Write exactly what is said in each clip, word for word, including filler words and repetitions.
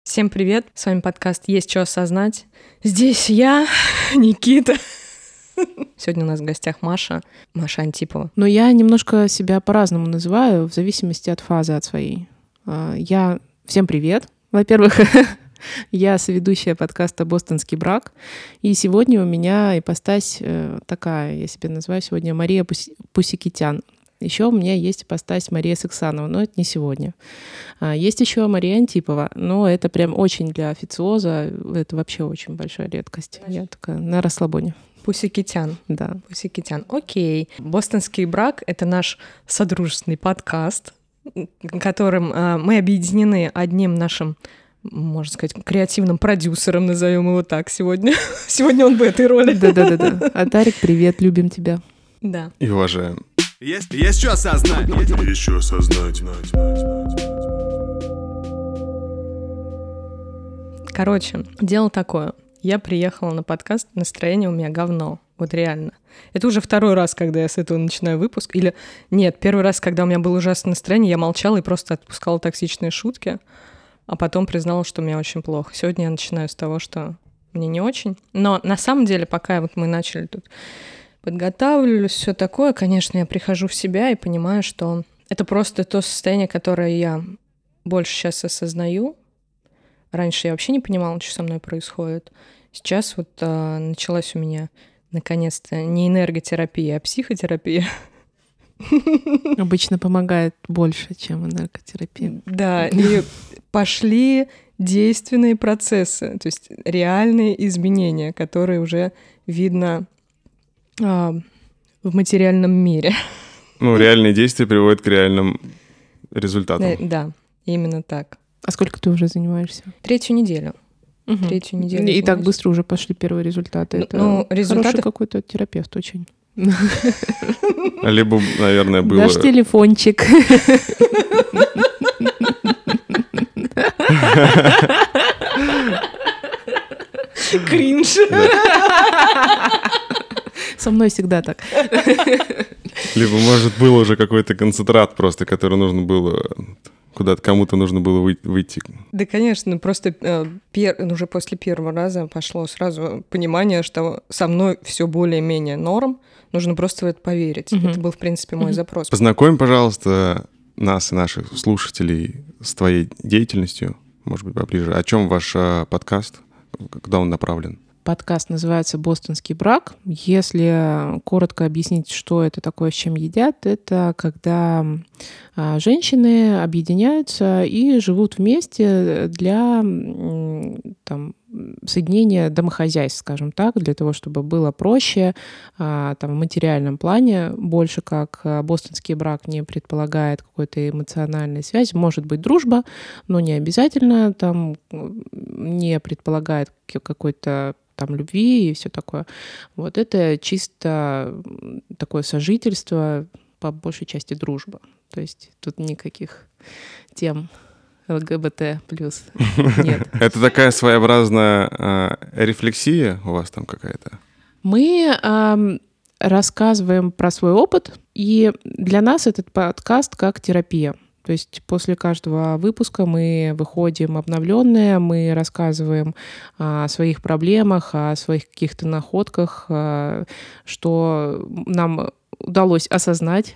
Всем привет, с вами подкаст «Есть что осознать». Здесь я, Никита. Сегодня у нас в гостях Маша, Маша Антипова. Но я немножко себя по-разному называю, в зависимости от фазы, от своей. Я... Всем привет, во-первых. Я соведущая подкаста «Бостонский брак». И сегодня у меня ипостась такая, я себя называю сегодня Мария Пусикитян. Еще у меня есть ипостась Мария Саксанова, но это не сегодня. Есть еще Мария Антипова, но это прям очень для официоза, это вообще очень большая редкость. Я такая на расслабоне. Пусикитян. Да. Пусикитян. Окей. «Бостонский брак» — это наш содружественный подкаст, которым мы объединены одним нашим, можно сказать, креативным продюсером, назовем его так сегодня. Сегодня он в этой роли. Да-да-да. А Тарик, привет, любим тебя. Да. И уважаем. Есть, есть что осознать. Есть что осознать. Короче, дело такое. Я приехала на подкаст, настроение у меня говно. Вот реально. Это уже второй раз, когда я с этого начинаю выпуск. Или нет, первый раз, когда у меня было ужасное настроение, я молчала и просто отпускала токсичные шутки, а потом признала, что мне очень плохо. Сегодня я начинаю с того, что мне не очень. Но на самом деле, пока вот мы начали тут подготавливались, все такое, конечно, я прихожу в себя и понимаю, что это просто то состояние, которое я больше сейчас осознаю. Раньше я вообще не понимала, что со мной происходит. Сейчас вот а, началась у меня, наконец-то, не энерготерапия, а психотерапия. Обычно помогает больше, чем энерготерапия. Да, и пошли действенные процессы, то есть реальные изменения, которые уже видно а, в материальном мире. Ну, реальные действия приводят к реальным результатам. Да, да, именно так. А сколько ты уже занимаешься? Третью неделю. Угу. Третью неделю. И занимаюсь. так быстро уже пошли первые результаты. Ну, Это ну, результаты... хороший какой-то терапевт очень. Либо, наверное, было... Дашь телефончик. Кринж. Со мной всегда так. Либо, может, был уже какой-то концентрат просто, который нужно было... Куда-то кому-то нужно было выйти. Да, конечно, просто э, пер... уже после первого раза пошло сразу понимание, что со мной все более-менее норм. Нужно просто в это поверить. Угу. Это был, в принципе, мой угу. запрос. Познакомь, пожалуйста, нас и наших слушателей с твоей деятельностью, может быть, поближе. О чем ваш а, подкаст? Куда он направлен? Подкаст называется «Бостонский брак». Если коротко объяснить, что это такое, с чем едят, это когда женщины объединяются и живут вместе для там, соединения домохозяйств, скажем так, для того, чтобы было проще там, в материальном плане, больше как бостонский брак не предполагает какой-то эмоциональной связи. Может быть дружба, но не обязательно, там, не предполагает какой-то там любви и все такое. Вот это чисто такое сожительство, по большей части дружба. То есть тут никаких тем ЛГБТ плюс нет. Это такая своеобразная рефлексия у вас там какая-то? Мы рассказываем про свой опыт, и для нас этот подкаст как терапия. То есть после каждого выпуска мы выходим обновленные, мы рассказываем о своих проблемах, о своих каких-то находках, что нам удалось осознать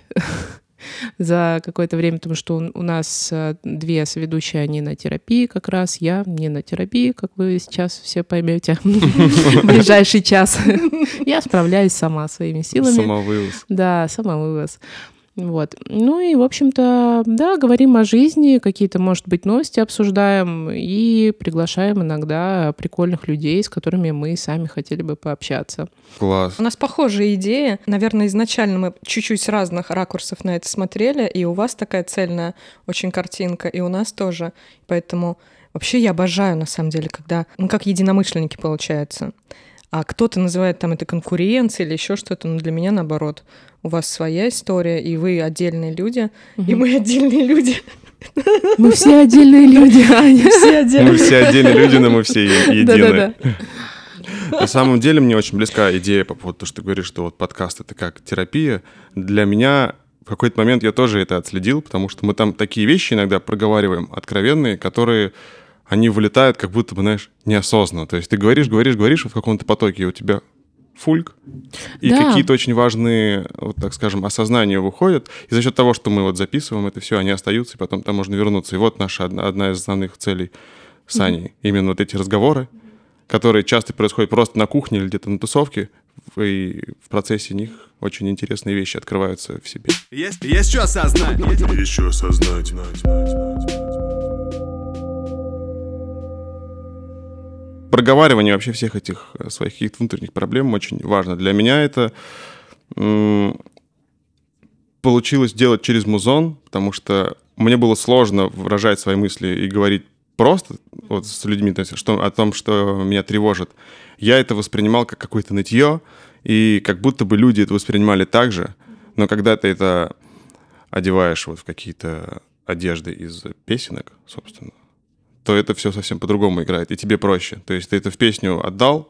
за какое-то время, потому что у нас две соведущие, они на терапии как раз, я не на терапии, как вы сейчас все поймете в ближайший час. Я справляюсь сама своими силами. Самовывоз. Да, самовывоз. Вот. Ну и, в общем-то, да, говорим о жизни, какие-то, может быть, новости обсуждаем и приглашаем иногда прикольных людей, с которыми мы сами хотели бы пообщаться. Класс. У нас похожая идея. Наверное, изначально мы чуть-чуть с разных ракурсов на это смотрели, и у вас такая цельная очень картинка, и у нас тоже. Поэтому вообще я обожаю, на самом деле, когда мы как единомышленники, получается. А кто-то называет там это конкуренцией или еще что-то, но для меня наоборот. У вас своя история, и вы отдельные люди, угу. И мы отдельные люди. Мы все отдельные люди, Аня. Все отдельные. Мы все отдельные люди, но мы все едины. Да-да-да. На самом деле мне очень близка идея по поводу того, что ты говоришь, что вот подкаст — это как терапия. Для меня в какой-то момент я тоже это отследил, потому что мы там такие вещи иногда проговариваем откровенные, которые они вылетают как будто бы, знаешь, неосознанно. То есть ты говоришь, говоришь, говоришь в каком-то потоке, и у тебя фульк, и Да. какие-то очень важные, вот так скажем, осознания выходят. И за счет того, что мы вот записываем это все, они остаются, и потом там можно вернуться. И вот наша одна, одна из основных целей с Аней. Mm-hmm. Именно вот эти разговоры, которые часто происходят просто на кухне или где-то на тусовке, и в процессе них очень интересные вещи открываются в себе. Есть, есть что осознать. Есть что осознать. Проговаривание вообще всех этих своих каких-то внутренних проблем очень важно. Для меня это м- получилось делать через музон, потому что мне было сложно выражать свои мысли и говорить просто вот с людьми, то есть, что, о том, что меня тревожит. Я это воспринимал как какое-то нытье, и как будто бы люди это воспринимали так же, но когда ты это одеваешь вот в какие-то одежды из песенок, собственно, то это все совсем по-другому играет, и тебе проще. То есть ты это в песню отдал,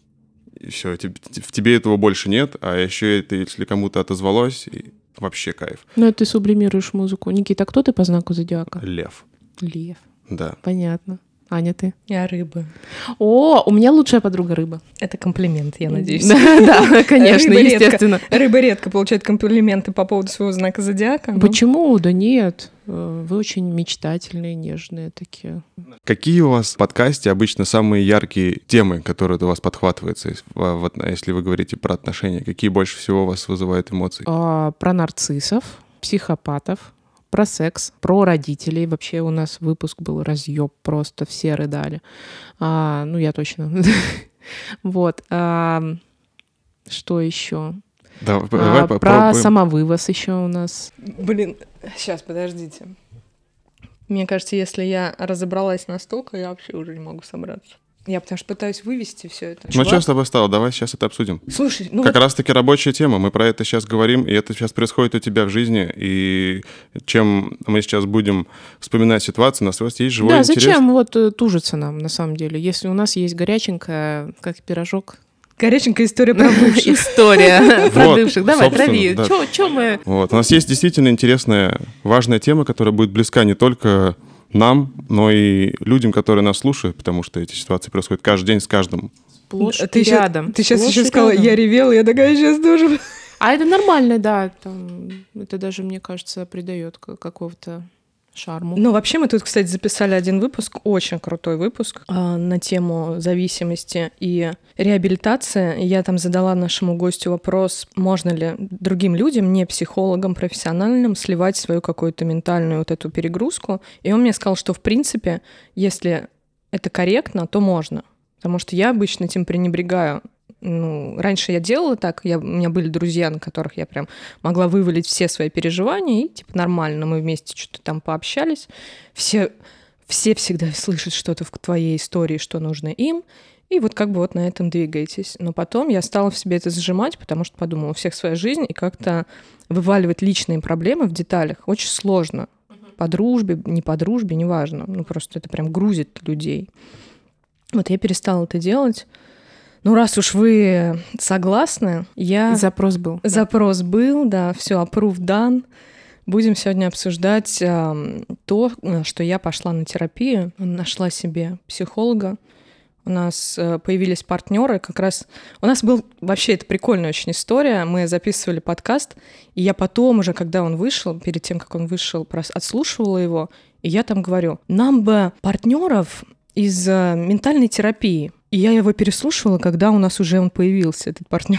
и все, в тебе этого больше нет, а еще это, если кому-то отозвалось, и вообще кайф. Ну, это ты сублимируешь музыку. Никита, кто ты по знаку зодиака? Лев. Лев. Да. Понятно. Аня, ты? Я рыба. О, у меня лучшая подруга рыба. Это комплимент, я надеюсь. Да, конечно, Рыба редко- естественно. Рыба редко получает комплименты по поводу своего знака зодиака. но- Почему? Да нет. Э, Вы очень мечтательные, нежные такие. Какие у вас в подкасте обычно самые яркие темы, которые у вас подхватываются, если в- в отно- если вы говорите про отношения? Какие больше всего у вас вызывают эмоции? А, Про нарциссов, психопатов, про секс, про родителей. Вообще у нас выпуск был разъеб, просто все рыдали. А, ну, я точно. Вот. А, Что еще? Да, А, давай Про попробуем. самовывоз еще у нас. Блин, сейчас, подождите. Мне кажется, если я разобралась настолько, я вообще уже не могу собраться. Я потому что пытаюсь вывести все это. Ну, Чувак- что с тобой стало? Давай сейчас это обсудим. Слушай, ну Как вот раз-таки рабочая тема. Мы про это сейчас говорим, и это сейчас происходит у тебя в жизни. И чем мы сейчас будем вспоминать ситуацию, у нас есть живой Да, интерес. зачем вот э, тужиться нам, на самом деле, если у нас есть горяченькая, как пирожок, горяченькая история про бывших. история про Вот, бывших. Давай, собственно, трави. да. Чё чё мы... Вот. У нас есть действительно интересная, важная тема, которая будет близка не только нам, но и людям, которые нас слушают, потому что эти ситуации происходят каждый день с каждым. Сплошь ты и щас- рядом. Ты сейчас Сплошь еще и сказала, рядом. я ревела, я такая сейчас тоже. А это нормально, да. Там, это даже, мне кажется, придает к- какого-то шарму. Ну, вообще, мы тут, кстати, записали один выпуск, очень крутой выпуск а, на тему зависимости и реабилитации. Я там задала нашему гостю вопрос, можно ли другим людям, не психологам профессиональным, сливать свою какую-то ментальную вот эту перегрузку. И он мне сказал, что, в принципе, если это корректно, то можно. Потому что я обычно этим пренебрегаю. Ну, раньше я делала так, я, у меня были друзья, на которых я прям могла вывалить все свои переживания, и типа нормально, мы вместе что-то там пообщались. Все, все всегда слышат что-то в твоей истории, что нужно им, и вот как бы вот на этом двигайтесь. Но потом я стала в себе это сжимать, потому что подумала, у всех своя жизнь, и как-то вываливать личные проблемы в деталях очень сложно. По дружбе, не по дружбе, неважно. Ну, просто это прям грузит людей. Вот я перестала это делать. Ну, раз уж вы согласны, я... Запрос был. Запрос был, да, все, approve done. Будем сегодня обсуждать э, то, что я пошла на терапию, нашла себе психолога. У нас э, появились партнеры, как раз... У нас был вообще это прикольная очень история. Мы записывали подкаст, и я потом уже, когда он вышел, перед тем, как он вышел, прос- отслушивала его, и я там говорю, нам бы партнеров из э, ментальной терапии. И я его переслушивала, когда у нас уже он появился, этот партнер.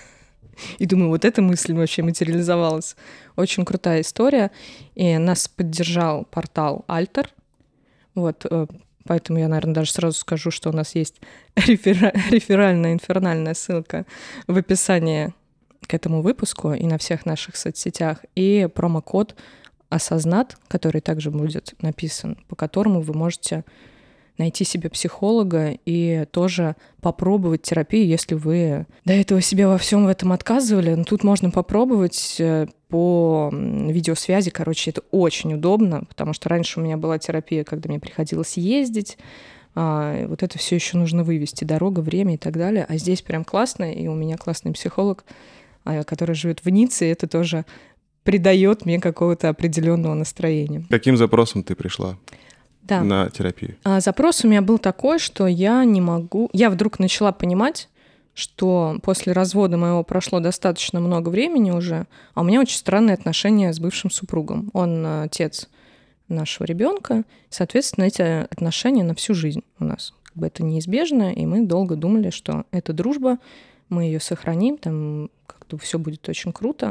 И думаю, вот эта мысль вообще материализовалась. Очень крутая история. И нас поддержал портал Альтер. Вот, э, поэтому я, наверное, даже сразу скажу, что у нас есть рефера- реферальная инфернальная ссылка в описании к этому выпуску и на всех наших соцсетях. И промокод «Осознат», который также будет написан, по которому вы можете найти себе психолога и тоже попробовать терапию, если вы до этого себе во всем в этом отказывали. Но тут можно попробовать по видеосвязи. Короче, это очень удобно, потому что раньше у меня была терапия, когда мне приходилось ездить. А, вот это все еще нужно вывести. Дорога, время и так далее. А здесь прям классно, и у меня классный психолог, который живет в Ницце, и это тоже придает мне какого-то определенного настроения. Каким запросом ты пришла? Да. на терапию? А запрос у меня был такой, что я не могу... Я вдруг начала понимать, что после развода моего прошло достаточно много времени уже, а у меня очень странные отношения с бывшим супругом. Он отец нашего ребенка, соответственно, эти отношения на всю жизнь у нас. Как бы это неизбежно, и мы долго думали, что это дружба, мы ее сохраним, там как-то все будет очень круто.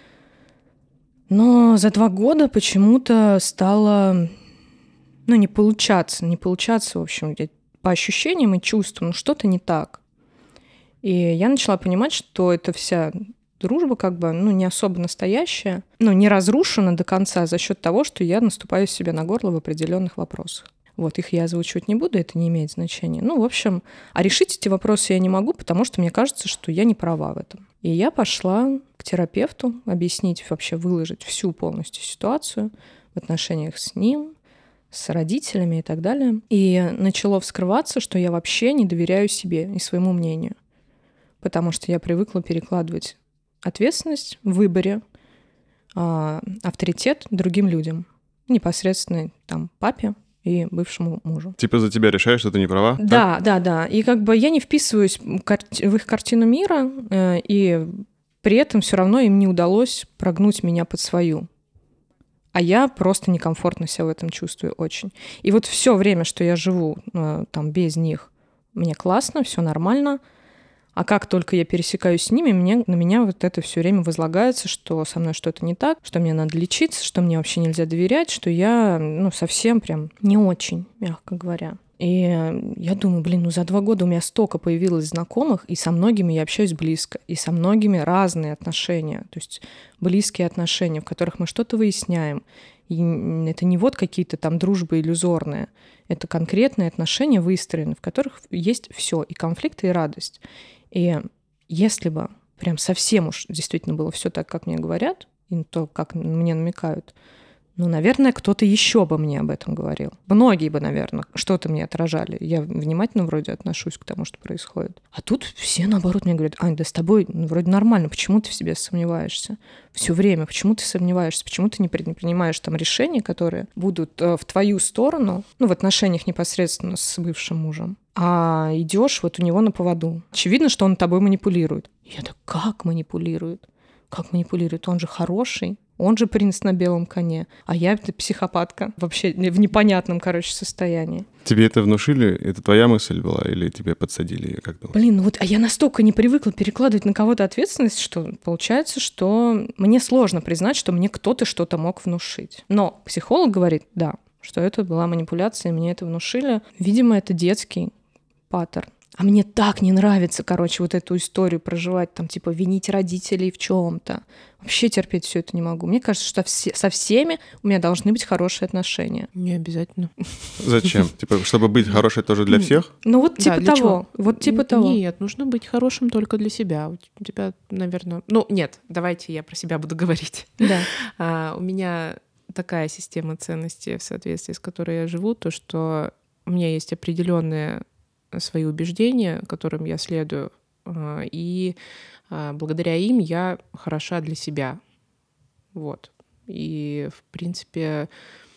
Но за два года почему-то стало, ну, не получаться, не получаться, в общем, по ощущениям и чувствам, ну, что-то не так. И я начала понимать, что эта вся дружба как бы, ну, не особо настоящая, ну, не разрушена до конца за счет того, что я наступаю себе на горло в определенных вопросах. Вот, их я озвучивать не буду, это не имеет значения. Ну, в общем, а решить эти вопросы я не могу, потому что мне кажется, что я не права в этом. И я пошла к терапевту объяснить, вообще выложить всю полностью ситуацию в отношениях с ним, с родителями и так далее. И начало вскрываться, что я вообще не доверяю себе и своему мнению, потому что я привыкла перекладывать ответственность в выборе, а, авторитет другим людям, непосредственно там папе и бывшему мужу. Типа за тебя решаешь, что ты не права? Да, так? да, да. И как бы я не вписываюсь в их картину мира, и при этом все равно им не удалось прогнуть меня под свою. А я просто некомфортно себя в этом чувствую очень. И вот все время, что я живу там без них, мне классно, все нормально. А как только я пересекаюсь с ними, мне, на меня вот это все время возлагается, что со мной что-то не так, что мне надо лечиться, что мне вообще нельзя доверять, что я, ну, совсем прям не очень, мягко говоря. И я думаю, блин, ну за два года у меня столько появилось знакомых, и со многими я общаюсь близко, и со многими разные отношения, то есть близкие отношения, в которых мы что-то выясняем. И это не вот какие-то там дружбы иллюзорные, это конкретные отношения выстроены, в которых есть все, и конфликты, и радость. И если бы прям совсем уж действительно было все так, как мне говорят, и то, как мне намекают, ну, наверное, кто-то еще бы мне об этом говорил. Многие бы, наверное, что-то мне отражали. Я внимательно вроде отношусь к тому, что происходит. А тут все, наоборот, мне говорят: Ань, да с тобой ну, вроде нормально, почему ты в себе сомневаешься? Все время, почему ты сомневаешься? Почему ты не принимаешь там решения, которые будут в твою сторону, ну, в отношениях непосредственно с бывшим мужем, а идешь вот у него на поводу? Очевидно, что он тобой манипулирует. Я так, как манипулирует? Как манипулирует? Он же хороший. Он же принц на белом коне, а я психопатка. Вообще в непонятном, короче, состоянии. Тебе это внушили? Это твоя мысль была или тебе подсадили? Как думаешь? Блин, ну вот а я настолько не привыкла перекладывать на кого-то ответственность, что получается, что мне сложно признать, что мне кто-то что-то мог внушить. Но психолог говорит, да, что это была манипуляция, и мне это внушили. Видимо, это детский паттерн. А мне так не нравится, короче, вот эту историю проживать, там, типа, винить родителей в чем-то. Вообще терпеть все это не могу. Мне кажется, что все, со всеми у меня должны быть хорошие отношения. Не обязательно. Зачем? Типа, чтобы быть хорошей тоже для всех? Ну вот типа Да, того. Вот типа того. Нет, нужно быть хорошим только для себя. У тебя, наверное... Ну, нет, давайте я про себя буду говорить. Да. А, у меня такая система ценностей, в соответствии с которой я живу, то, что у меня есть определенные свои убеждения, которым я следую, и благодаря им я хороша для себя. Вот. И, в принципе,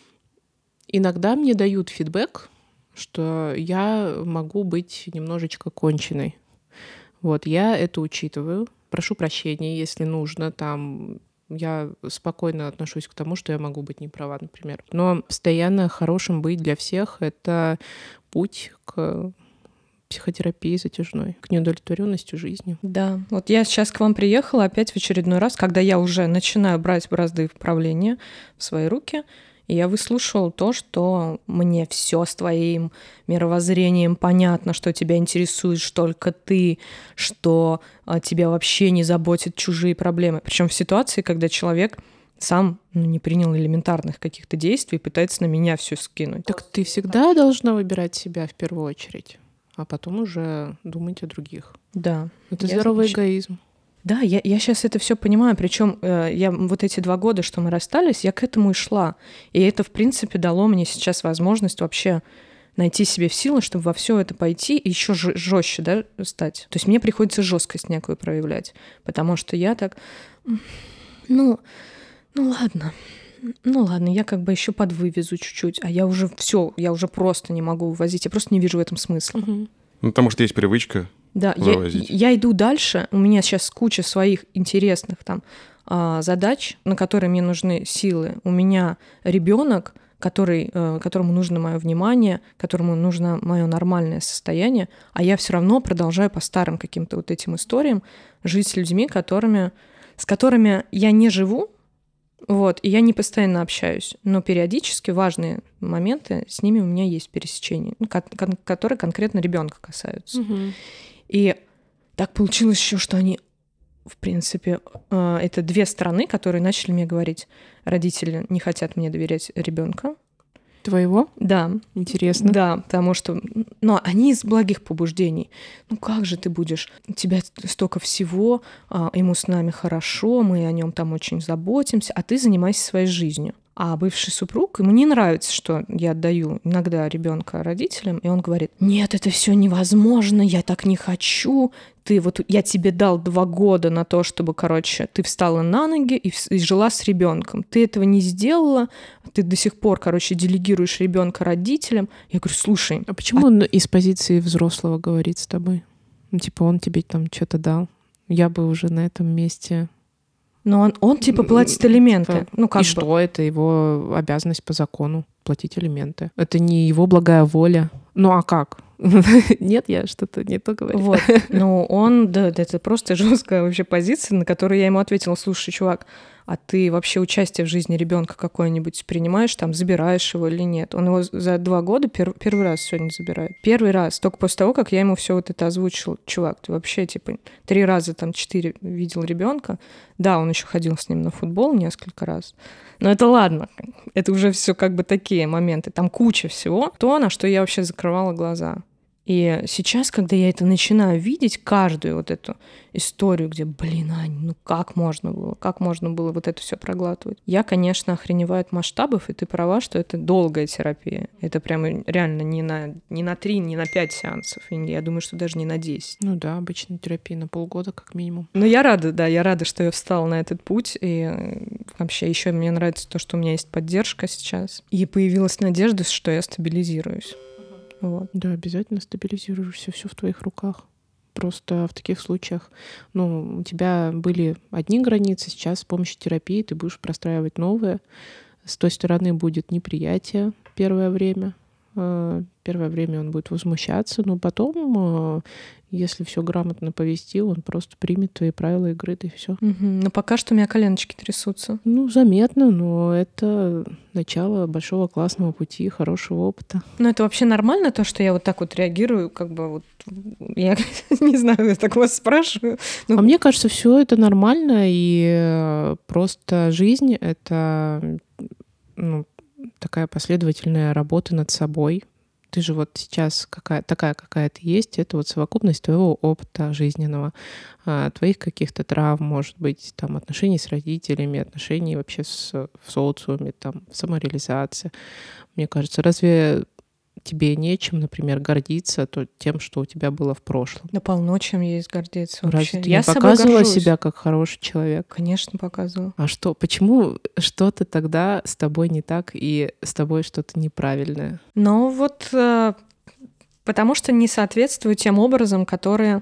иногда мне дают фидбэк, что я могу быть немножечко конченой. Вот, я это учитываю. Прошу прощения, если нужно, там... Я спокойно отношусь к тому, что я могу быть неправа, например. Но постоянно хорошим быть для всех — это путь к психотерапии затяжной, к неудовлетворенности жизнью. Да, вот я сейчас к вам приехала опять в очередной раз, когда я уже начинаю брать бразды правления в свои руки, и я выслушивала то, что мне все с твоим мировоззрением понятно, что тебя интересует только ты, что тебя вообще не заботят чужие проблемы. Причем в ситуации, когда человек сам ну, не принял элементарных каких-то действий и пытается на меня все скинуть. Так ты всегда должна выбирать себя в первую очередь, а потом уже думать о других. Да. Это я здоровый значит... эгоизм. Да, я, я сейчас это все понимаю, причем э, я вот эти два года, что мы расстались, я к этому и шла. И это, в принципе, дало мне сейчас возможность вообще найти себе в силы, чтобы во все это пойти и еще жестче, да, стать. То есть мне приходится жесткость некую проявлять, потому что я так, ну, ну ладно, Ну ладно, я как бы еще подвывезу чуть-чуть, а я уже все, я уже просто не могу вывозить, я просто не вижу в этом смысла. Угу. Ну, потому что есть привычка Да, я, вывозить. я иду дальше, у меня сейчас куча своих интересных там а, задач, на которые мне нужны силы. У меня ребенок, который, а, которому нужно мое внимание, которому нужно мое нормальное состояние, а я все равно продолжаю по старым каким-то вот этим историям жить с людьми, которыми, с которыми я не живу, вот, и я не постоянно общаюсь, но периодически важные моменты с ними у меня есть пересечения, ну, ко- кон- которые конкретно ребенка касаются. Угу. И так получилось еще, что они, в принципе, э, это две стороны, которые начали мне говорить, родители не хотят мне доверять ребенка. Твоего? Да, Интересно. да, потому что, но они из благих побуждений. Ну как же ты будешь? У тебя столько всего, а, ему с нами хорошо, мы о нем там очень заботимся, а ты занимайся своей жизнью. А бывший супруг, ему не нравится, что я отдаю иногда ребенка родителям, и он говорит: нет, это все невозможно, я так не хочу. Ты вот, я тебе дал два года на то, чтобы, короче, ты встала на ноги и, вс- и жила с ребенком. Ты этого не сделала, ты до сих пор, короче, делегируешь ребенка родителям. Я говорю: слушай, А почему он из позиции взрослого говорит с тобой? Ну, типа, он тебе там что-то дал. Я бы уже на этом месте... но он, он типа платит алименты. Типа, Ну как и бы. что? Это его обязанность по закону платить алименты. Это не его благая воля. Ну а как? Нет, я что-то не то говорю. Вот. Ну, он, да, да, это просто жесткая вообще позиция, на которую я ему ответила: слушай, чувак, а ты вообще участие в жизни ребенка какое-нибудь принимаешь, там, забираешь его или нет? Он его за два года пер- первый раз сегодня забирает. Первый раз, только после того, как я ему все вот это озвучила. Чувак, ты вообще, типа, три раза, там, четыре видел ребенка. Да, он еще ходил с ним на футбол несколько раз. Но это ладно, это уже все как бы такие моменты. Там куча всего, то, на что я вообще закрывала глаза. И сейчас, когда я это начинаю видеть, каждую вот эту историю, где, блин, Ань, ну как можно было, как можно было вот это все проглатывать? Я, конечно, охреневаю от масштабов, и ты права, что это долгая терапия. Это прямо реально не на, не на три, не на пять сеансов. И я думаю, что даже не на десять. Ну да, обычная терапия на полгода как минимум. Но я рада, да, я рада, что я встала на этот путь. И вообще еще мне нравится то, что у меня есть поддержка сейчас. И появилась надежда, что я стабилизируюсь. Вот. Да, обязательно стабилизируешься, все в твоих руках. Просто в таких случаях, ну, у тебя были одни границы, сейчас с помощью терапии ты будешь простраивать новые. С той стороны будет неприятие первое время. Первое время он будет возмущаться, но потом, если все грамотно повести, он просто примет твои правила игры, и все. Угу. Но пока что у меня коленочки трясутся. Ну, заметно, но это начало большого классного пути, хорошего опыта. Ну, это вообще нормально, то, что я вот так вот реагирую, как бы вот... Я не знаю, я так вас спрашиваю. Ну, а мне кажется, все это нормально, и просто жизнь — это, ну, такая последовательная работа над собой. Ты же вот сейчас какая, такая, какая ты есть, это вот совокупность твоего опыта жизненного, твоих каких-то травм, может быть, там, отношений с родителями, отношений вообще с, в социуме, там, самореализация. Мне кажется, разве тебе нечем, например, гордиться то, тем, что у тебя было в прошлом? Да полно чем есть гордиться вообще. Разве ты я не собой показывала горжусь. себя как хороший человек? Конечно, показывала. А что? Почему что-то тогда с тобой не так и с тобой что-то неправильное? Ну вот э, потому что не соответствую тем образом, которые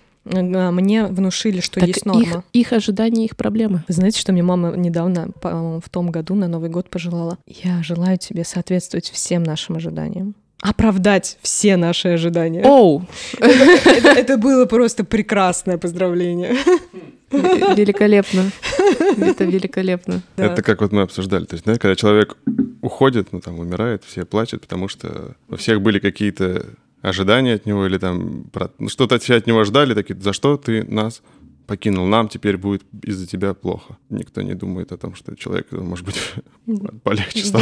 э, мне внушили, что Так есть норма. Их, их ожидания, их проблемы. Вы знаете, что мне мама недавно, по-моему, в том году на Новый год пожелала? Я желаю тебе соответствовать всем нашим ожиданиям. Оправдать все наши ожидания. Оу! Это, это, это было просто прекрасное поздравление. Великолепно. Это великолепно. Да. Это как вот мы обсуждали. То есть, да, когда человек уходит, ну там умирает, все плачут, потому что у всех были какие-то ожидания от него, или там про- ну, что-то все от него ждали, такие: за что ты нас покинул? Нам теперь будет из-за тебя плохо. Никто не думает о том, что человек, может быть, полегче стал.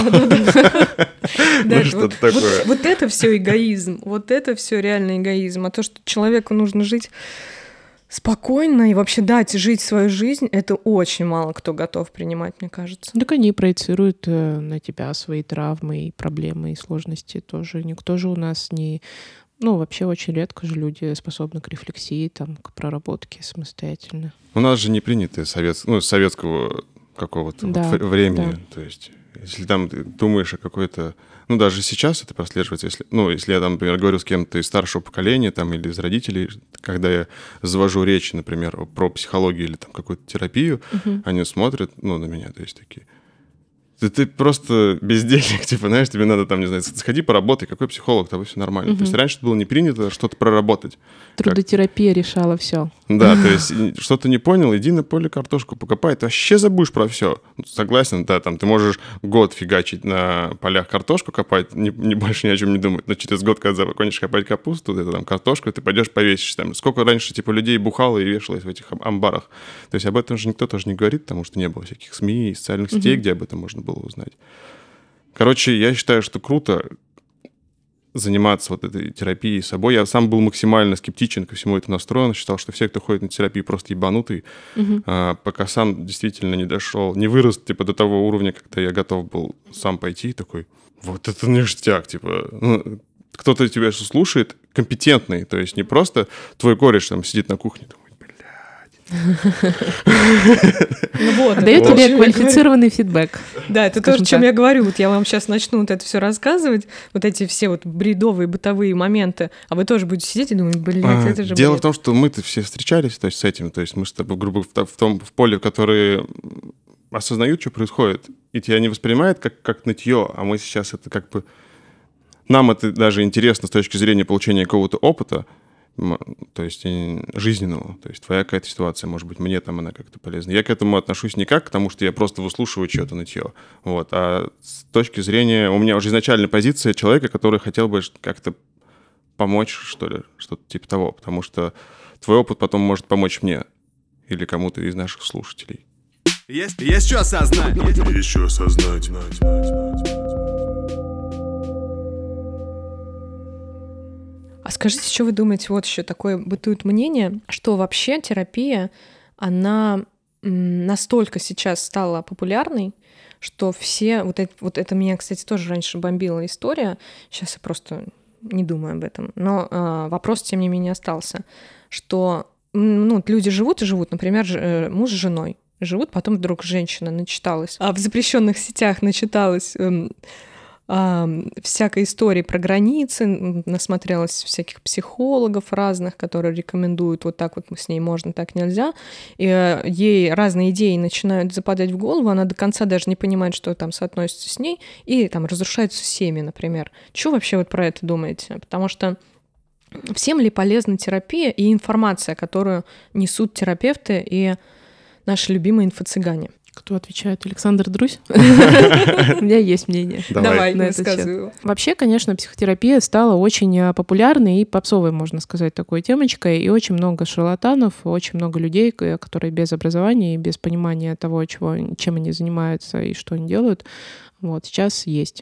Ну, что-то такое. Вот это все эгоизм. Вот это все реально эгоизм. А то, что человеку нужно жить спокойно и вообще дать жить свою жизнь, это очень мало кто готов принимать, мне кажется. Так они проецируют э, на тебя свои травмы и проблемы, и сложности тоже. Никто же у нас не... Ну, вообще очень редко же люди способны к рефлексии, там, к проработке самостоятельно. У нас же не приняты совет... ну, с советского какого-то Да, вот времени. да. То есть, если там ты думаешь о какой-то... Ну, даже сейчас это прослеживается. Если, ну, если я, там, например, говорю с кем-то из старшего поколения там, или из родителей, когда я завожу речи, например, про психологию или там, какую-то терапию, Мгм. они смотрят ну, на меня, то есть такие... Ты, ты просто бездельник, типа, знаешь, тебе надо там, не знаю, сходи поработай, какой психолог, тобой все нормально. Мгм. То есть раньше было не принято что-то проработать. Трудотерапия решала все. Да, то есть что-то не понял, иди на поле картошку покопай, ты вообще забудешь про все. Согласен, да, там ты можешь год фигачить на полях картошку копать, не, не больше ни о чем не думать, но через год, когда закончишь копать капусту, ты там картошку, ты пойдешь повесишь там. Сколько раньше типа людей бухало и вешалось в этих амбарах. То есть об этом же никто тоже не говорит, потому что не было всяких СМИ и социальных сетей, Мгм. где об этом можно было узнать. Короче, я считаю, что круто заниматься вот этой терапией собой. Я сам был максимально скептичен ко всему этому настроен, считал, что все, кто ходит на терапию, просто ебанутые, Мгм. а, пока сам действительно не дошел, не вырос типа до того уровня, когда я готов был сам пойти, такой, вот это ништяк, типа, ну, кто-то тебя слушает, компетентный, то есть не просто твой кореш там сидит на кухне, думает, Ну вот, Дает это то, о тебе чем я говорю. квалифицированный фидбэк. Да, это то, скажем о чем так. я говорю. Вот я вам сейчас начну вот это все рассказывать, вот эти все вот бредовые бытовые моменты, а вы тоже будете сидеть и думать, блядь, А, это же Дело бред. в том, что мы-то все встречались, то есть с этим, то есть мы с тобой, грубо в, в том в поле, в которое осознают, что происходит, и тебя не воспринимает как, как нытье, а мы сейчас это как бы... Нам это даже интересно с точки зрения получения какого-то опыта, м, то есть и жизненного. То есть твоя какая-то ситуация, может быть, мне там она как-то полезна. Я к этому отношусь не как к тому, что я просто выслушиваю чьё-то нытье, вот, а с точки зрения... У меня уже изначальная позиция человека, который хотел бы как-то помочь, что ли, что-то типа того, потому что твой опыт потом может помочь мне или кому-то из наших слушателей. Есть, есть что осознать. Есть что осознать. А скажите, что вы думаете, вот еще такое бытует мнение, что вообще терапия, она м, настолько сейчас стала популярной, что все, вот это, вот это меня, кстати, тоже раньше бомбила история, сейчас я просто не думаю об этом, но э, вопрос, тем не менее, остался, что м, ну, люди живут и живут, например, ж- э, муж с женой, живут, потом вдруг женщина начиталась, а в запрещенных сетях начиталась эм, а, всякой истории про границы, м, насмотрелась всяких психологов разных, которые рекомендуют вот так вот с ней можно, так нельзя. И э, ей разные идеи начинают западать в голову, она до конца даже не понимает, что там соотносится с ней, и там разрушаются семьи, например. Что вообще вот про это думаете? Потому что всем ли полезна терапия и информация, которую несут терапевты и наши любимые инфо-цыгане? Кто отвечает? Александр Друзь? У меня есть мнение. Давай. на этот счет. рассказывай. Вообще, конечно, психотерапия стала очень а, популярной и попсовой, можно сказать, такой темочкой. И очень много шарлатанов, очень много людей, к- которые без образования и без понимания того, чего, чем они занимаются и что они делают, вот, сейчас есть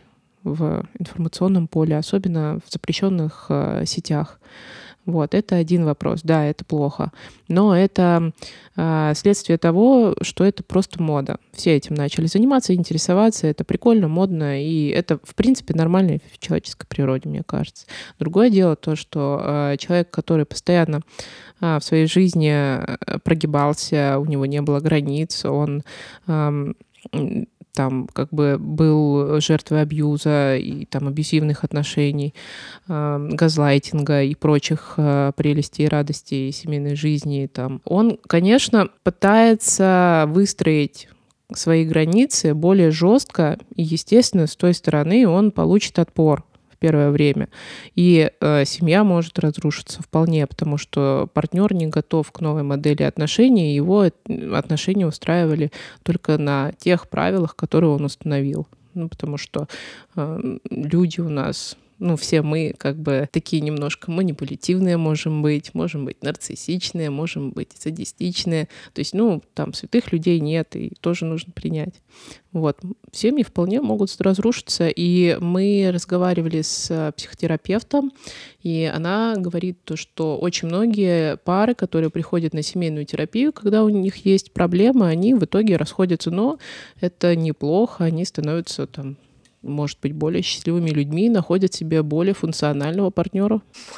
в информационном поле, особенно в запрещенных а, сетях. Вот, это один вопрос. Да, это плохо. Но это а, следствие того, что это просто мода. Все этим начали заниматься, интересоваться. Это прикольно, модно. И это, в принципе, нормально в человеческой природе, мне кажется. Другое дело то, что а, человек, который постоянно а, в своей жизни а, прогибался, у него не было границ, он... ам, м, там как бы был жертвой абьюза и там абьюзивных отношений, э, газлайтинга и прочих э, прелестей и радостей семейной жизни. Там. Он, конечно, пытается выстроить свои границы более жестко, и, естественно, с той стороны он получит отпор в первое время. И э, семья может разрушиться вполне, потому что партнер не готов к новой модели отношений, и его отношения устраивали только на тех правилах, которые он установил. Ну, потому что э, люди у нас, ну, все мы как бы такие немножко манипулятивные можем быть, можем быть нарциссичные, можем быть садистичные. То есть, ну, там святых людей нет, и тоже нужно принять. Вот. Семьи вполне могут разрушиться. И мы разговаривали с психотерапевтом, и она говорит то, что очень многие пары, которые приходят на семейную терапию, когда у них есть проблемы, они в итоге расходятся. Но это неплохо, они становятся там, может быть, более счастливыми людьми, находят себе более функционального партнера.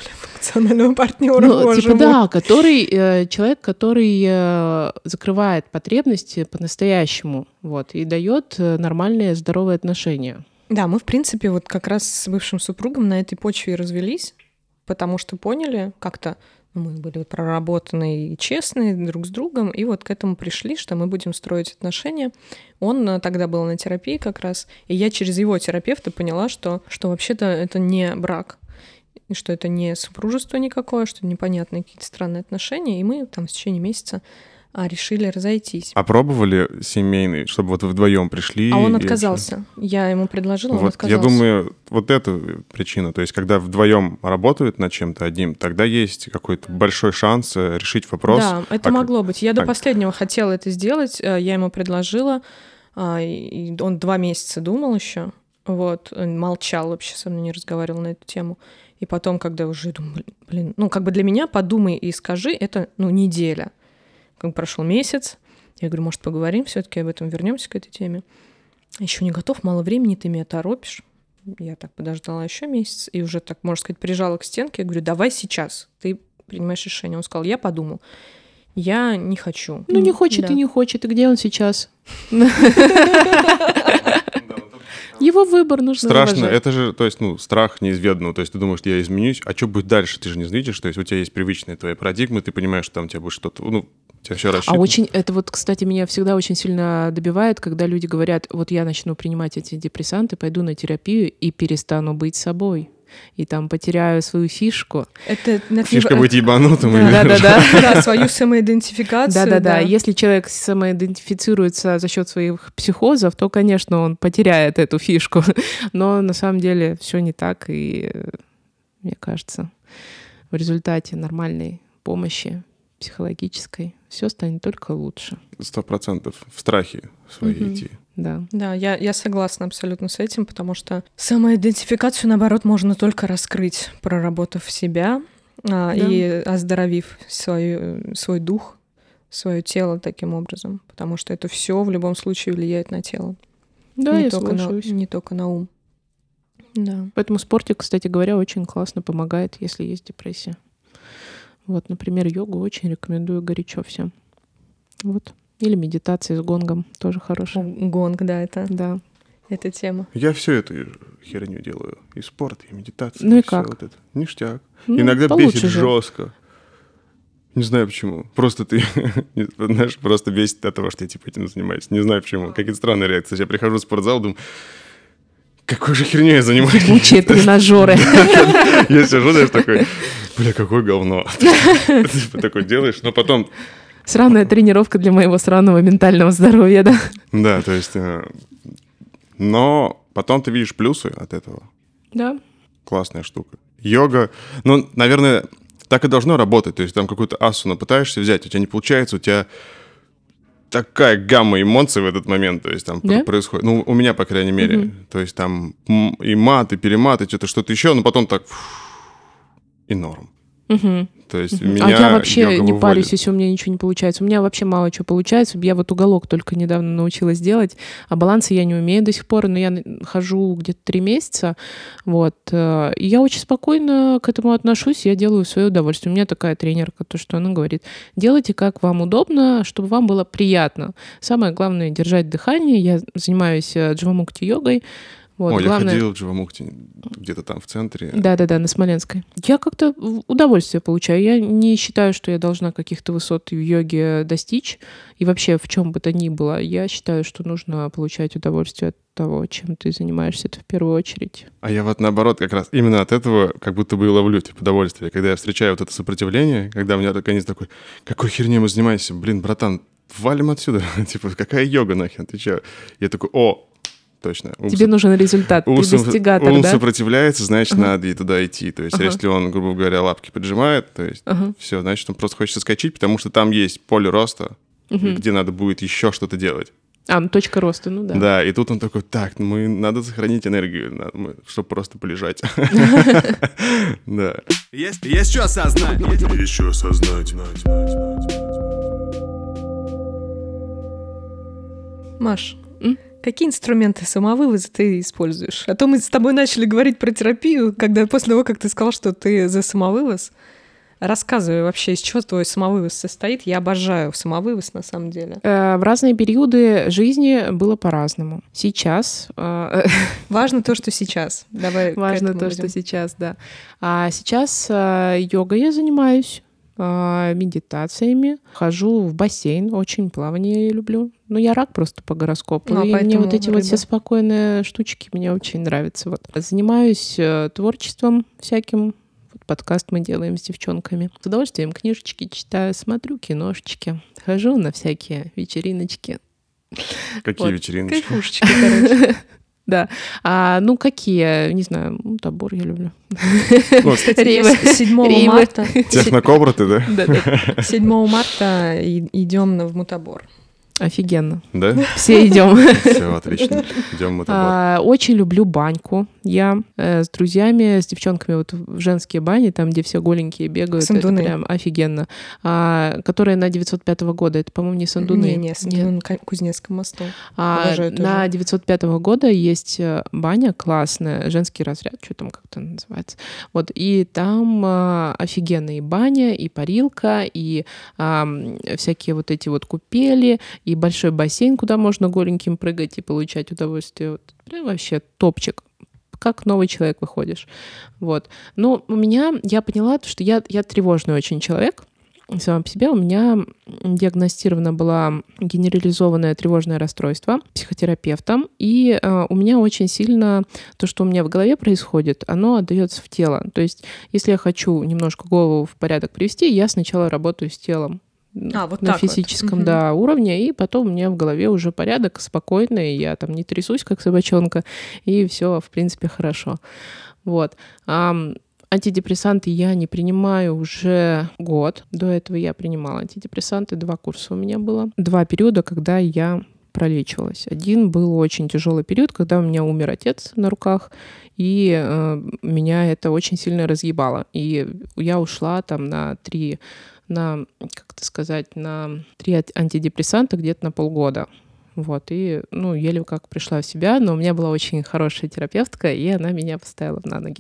эмоционального партнера. Ну, боже типа, мой. да, который, э, человек, который э, закрывает потребности по-настоящему, вот, и дает э, нормальные, здоровые отношения. Да, мы, в принципе, вот как раз с бывшим супругом на этой почве и развелись, потому что поняли как-то, ну, мы были вот проработанные и честные друг с другом, и вот к этому пришли, что мы будем строить отношения. Он э, тогда был на терапии как раз, и я через его терапевта поняла, что, что вообще-то это не брак, и что это не супружество никакое, что непонятные какие-то странные отношения, и мы там в течение месяца а, решили разойтись. А пробовали семейный, чтобы вот вы вдвоем пришли? А он и отказался. Я ему предложила, он вот, отказался. я думаю, вот эту причину, то есть когда вдвоем работают над чем-то одним, тогда есть какой-то большой шанс э, решить вопрос. Да, это а могло быть. Я до а- последнего хотела это сделать, э, я ему предложила, а, и он два месяца думал еще, вот, он молчал вообще, со мной не разговаривал на эту тему. И потом, когда уже думаю, блин, ну, как бы для меня подумай и скажи, это, ну, неделя. Как бы прошел месяц, я говорю, может, поговорим все-таки об этом, вернемся к этой теме. Еще не готов, мало времени, ты меня торопишь. Я так подождала еще месяц и уже, так, можно сказать, прижала к стенке. Я говорю, давай сейчас, ты принимаешь решение. Он сказал, я подумал, я не хочу. Ну, не хочет Да. и не хочет. И где он сейчас? Его выбор нужно Страшно, уважать. это же, то есть, ну, страх неизведанного, то есть ты думаешь, я изменюсь, а что будет дальше, ты же не видишь, то есть у тебя есть привычные твои парадигмы, ты понимаешь, что там у тебя будет что-то, ну, у тебя все А рассчитано. очень, это вот, кстати, меня всегда очень сильно добивает, когда люди говорят, вот я начну принимать эти депрессанты, пойду на терапию и перестану быть собой. И там потеряю свою фишку. Это, это Фишка не- быть ебанутым или Да-да-да. Да, свою самоидентификацию. Да-да-да. Если человек самоидентифицируется за счет своих психозов, то, конечно, он потеряет эту фишку. Но на самом деле все не так. И мне кажется, в результате нормальной помощи психологической все станет только лучше. Сто процентов в страхе свои Мгм. идти. Да. Да, я, я согласна абсолютно с этим, потому что самоидентификацию, наоборот, можно только раскрыть, проработав себя а, Да. и оздоровив свою, свой дух, свое тело таким образом, потому что это все в любом случае влияет на тело. Да, не, я только на, соглашусь. не только на ум. Да. Поэтому спортик, кстати говоря, очень классно помогает, если есть депрессия. Вот, например, йогу очень рекомендую горячо всем. Вот. Или медитация с гонгом тоже хорошая. Гонг, да, это, Да. это тема. Я всю эту херню делаю. И спорт, и медитация. Ну и всё как? вот это. Ништяк. Ну, Иногда получше бесит же. жестко. Не знаю почему. Просто ты, знаешь, просто бесит от того, что я типа этим занимаюсь. Не знаю почему. Какие-то странные реакции. Я прихожу в спортзал, думаю, какой же херней я занимаюсь? Ебучие тренажеры. Я сижу, знаешь, такой, бля, какое говно. Ты такой делаешь, но потом... Сраная тренировка для моего сраного ментального здоровья, да? Да, то есть... э, Но потом ты видишь плюсы от этого. Да. Классная штука. Йога, ну, наверное, так и должно работать. То есть там какую-то асуну пытаешься взять, у тебя не получается, у тебя такая гамма эмоций в этот момент, то есть там Да? пр- происходит. Ну, у меня, по крайней мере. Мгм. То есть там м, и мат, и перемат, и что-то, что-то еще, но потом так... И норм. Мгм. То есть Мгм. меня А я вообще йога не выводит. парюсь, если у меня ничего не получается. У меня вообще мало чего получается. Я вот уголок только недавно научилась делать, а балансы я не умею до сих пор, но я н- хожу где-то три месяца, вот. э, И я очень спокойно к этому отношусь, я делаю в свое удовольствие. У меня такая тренерка, то, что она говорит, делайте как вам удобно, чтобы вам было приятно. Самое главное — держать дыхание. Я занимаюсь э, дживамукти-йогой. Вот, О, я главное... ходил в Дживамукти, где-то там в центре. Да-да-да, на Смоленской. Я как-то в- удовольствие получаю. Я не считаю, что я должна каких-то высот в йоге достичь. И вообще в чем бы то ни было. Я считаю, что нужно получать удовольствие от того, чем ты занимаешься. Это в первую очередь. А я вот наоборот как раз именно от этого как будто бы и ловлю типа удовольствие. Когда я встречаю вот это сопротивление, когда у меня наконец такой, какой херней мы занимаемся? Блин, братан, валим отсюда. Типа, какая йога нахер? Ты че? Я такой, о, точно. ум Тебе со- нужен результат. Ты ум со- достигатор, ум да? сопротивляется, значит, Ага. надо и туда идти. То есть, Ага. если он, грубо говоря, лапки поджимает, то есть, Ага. все, значит, он просто хочет соскочить, потому что там есть поле роста, Мгм. где надо будет еще что-то делать. А, ну точка роста, ну да. Да. и тут он такой, так, мы надо сохранить энергию, надо, мы- чтобы просто полежать. Да. Есть, есть что осознать. Есть что осознать. Маш, М? Какие инструменты самовывоза ты используешь? А то мы с тобой начали говорить про терапию, когда после того, как ты сказал, что ты за самовывоз. Рассказывай вообще, из чего твой самовывоз состоит. Я обожаю самовывоз, на самом деле. В разные периоды жизни было по-разному. Сейчас... Важно то, что сейчас. Давай Важно то, что сейчас, да. А сейчас йогой я занимаюсь, медитациями, хожу в бассейн, очень плавание я люблю. Ну, я рак просто по гороскопу, ну, и мне вот эти рыба. Вот все спокойные штучки мне очень нравятся. Вот. Занимаюсь творчеством всяким. Подкаст мы делаем с девчонками. С удовольствием книжечки читаю, смотрю киношечки, хожу на всякие вечериночки. Какие вот. вечериночки? Кайфушечки, короче. Да. А, ну, какие? Не знаю, ну, табор я люблю. Кстати, седьмого марта... Технокобра ты, да? Да. седьмого марта идем в Мутабор. Офигенно. Да? Все идем. Все отлично. Идем в Мутабор. А, очень люблю баньку. Я э, с друзьями, с девчонками вот в женские бани, там, где все голенькие бегают. Сандуны. Это прям офигенно. А, которые на девятьсот пятого года. Это, по-моему, не Сандуны. Не, не, Сандуны на Кузнецком мосту. А, на девятьсот пятого года есть баня классная, женский разряд, что там как-то называется. Вот, и там а, офигенная и баня, и парилка, и а, всякие вот эти вот купели, и большой бассейн, куда можно голеньким прыгать и получать удовольствие. Вот, прям вообще топчик. Как новый человек выходишь. Вот. Но у меня, я поняла, что я, я тревожный очень человек. Сама по себе у меня диагностировано было генерализованное тревожное расстройство психотерапевтом. И э, у меня очень сильно то, что у меня в голове происходит, оно отдается в тело. То есть если я хочу немножко голову в порядок привести, я сначала работаю с телом. А, вот на так физическом вот. да, уровне, и потом у меня в голове уже порядок, спокойно, и я там не трясусь, как собачонка, и все, в принципе, хорошо. Вот. А, антидепрессанты я не принимаю уже год. До этого я принимала антидепрессанты, два курса у меня было. Два периода, когда я пролечивалась. Один был очень тяжелый период, когда у меня умер отец на руках, и э, меня это очень сильно разъебало. И я ушла там на три... на, как это сказать, на три антидепрессанта где-то на полгода. Вот, и, ну, еле как пришла в себя, но у меня была очень хорошая терапевтка, и она меня поставила на ноги.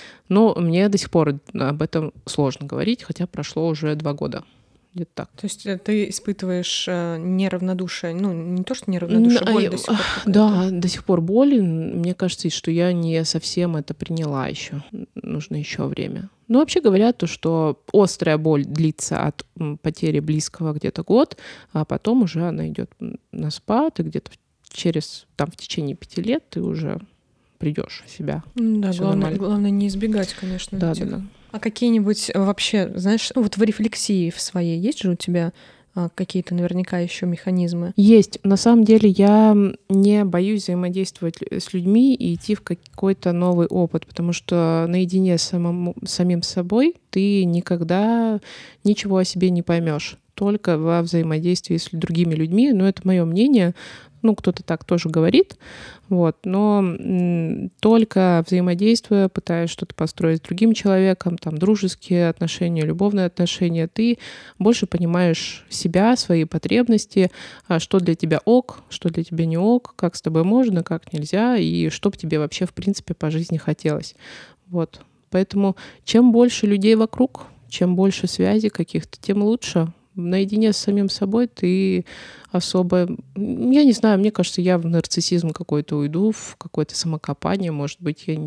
Но мне до сих пор об этом сложно говорить, хотя прошло уже два года. Где-то так. То есть ты испытываешь э, неравнодушие, ну, не то, что неравнодушие, боль а, до сих пор. Да, до сих пор боль. Мне кажется, что я не совсем это приняла еще. Нужно еще время. Ну, вообще говорят, то, что острая боль длится от потери близкого где-то год, а потом уже она идет на спад, и где-то через, там, в течение пяти лет ты уже придешь в себя. Да, главное, главное не избегать, конечно. Да, да, да. А какие-нибудь вообще, знаешь, ну, вот в рефлексии в своей есть же у тебя а, какие-то наверняка еще механизмы? Есть. На самом деле я не боюсь взаимодействовать с людьми и идти в какой-то новый опыт, потому что наедине с самому, самим собой ты никогда ничего о себе не поймешь, только во взаимодействии с другими людьми. Но это мое мнение. Ну, кто-то так тоже говорит, вот, но м, только взаимодействуя, пытаясь что-то построить с другим человеком, там, дружеские отношения, любовные отношения, ты больше понимаешь себя, свои потребности, что для тебя ок, что для тебя не ок, как с тобой можно, как нельзя, и что бы тебе вообще, в принципе, по жизни хотелось. Вот. Поэтому чем больше людей вокруг, чем больше связей каких-то, тем лучше. Наедине с самим собой ты особо... Я не знаю, мне кажется, я в нарциссизм какой-то уйду, в какое-то самокопание, может быть, я...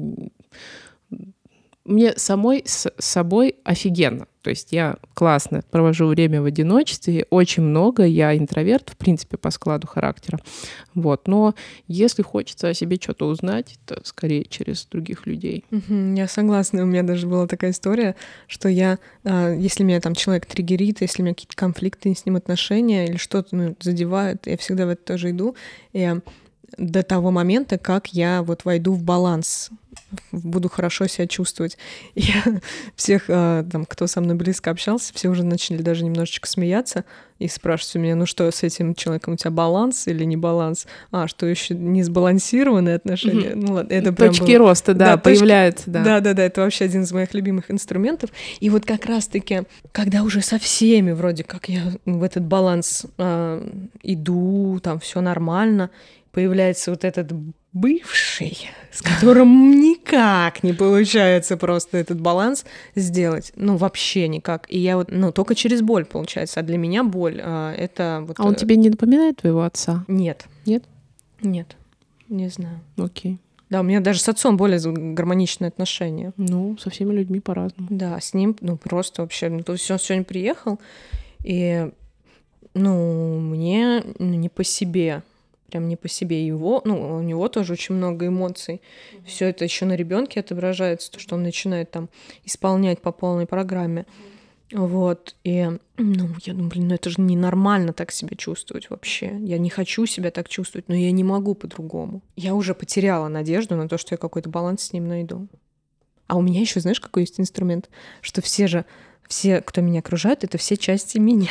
Мне самой с собой офигенно. То есть я классно провожу время в одиночестве, очень много, я интроверт, в принципе, по складу характера. Вот. Но если хочется о себе что-то узнать, то скорее через других людей. Угу, я согласна. У меня даже была такая история, что я, если меня там человек триггерит, если у меня какие-то конфликты с ним отношения или что-то ну, задевает, я всегда в это тоже иду. И до того момента, как я вот войду в баланс, буду хорошо себя чувствовать. Я всех, там, кто со мной близко общался, все уже начали даже немножечко смеяться и спрашивать у меня, ну что, с этим человеком у тебя баланс или не баланс? А, что еще не сбалансированные отношения? Mm-hmm. Ну ладно, это прям точки было... роста, да, да появляются, точки... да. Да-да-да, это вообще один из моих любимых инструментов. И вот как раз-таки, когда уже со всеми вроде как я в этот баланс э, иду, там все нормально, появляется вот этот бывший, с которым никак не получается просто этот баланс сделать. Ну, вообще никак. И я вот, ну, только через боль получается. А для меня боль а, это вот... А он тебе не напоминает твоего отца? Нет. Нет? Нет. Не знаю. Окей. Да, у меня даже с отцом более гармоничные отношения. Ну, со всеми людьми по-разному. Да, с ним, ну, просто вообще... Ну, то есть он сегодня приехал, и, ну, мне не по себе. Прям не по себе его. Ну, у него тоже очень много эмоций. Mm-hmm. Все это еще на ребенке отображается, то, что он начинает там исполнять по полной программе. Mm-hmm. Вот. И, ну, я думаю, блин, ну это же ненормально так себя чувствовать вообще. Я не хочу себя так чувствовать, но я не могу по-другому. Я уже потеряла надежду на то, что я какой-то баланс с ним найду. А у меня еще, знаешь, какой есть инструмент? Что все же, все, кто меня окружает, это все части меня.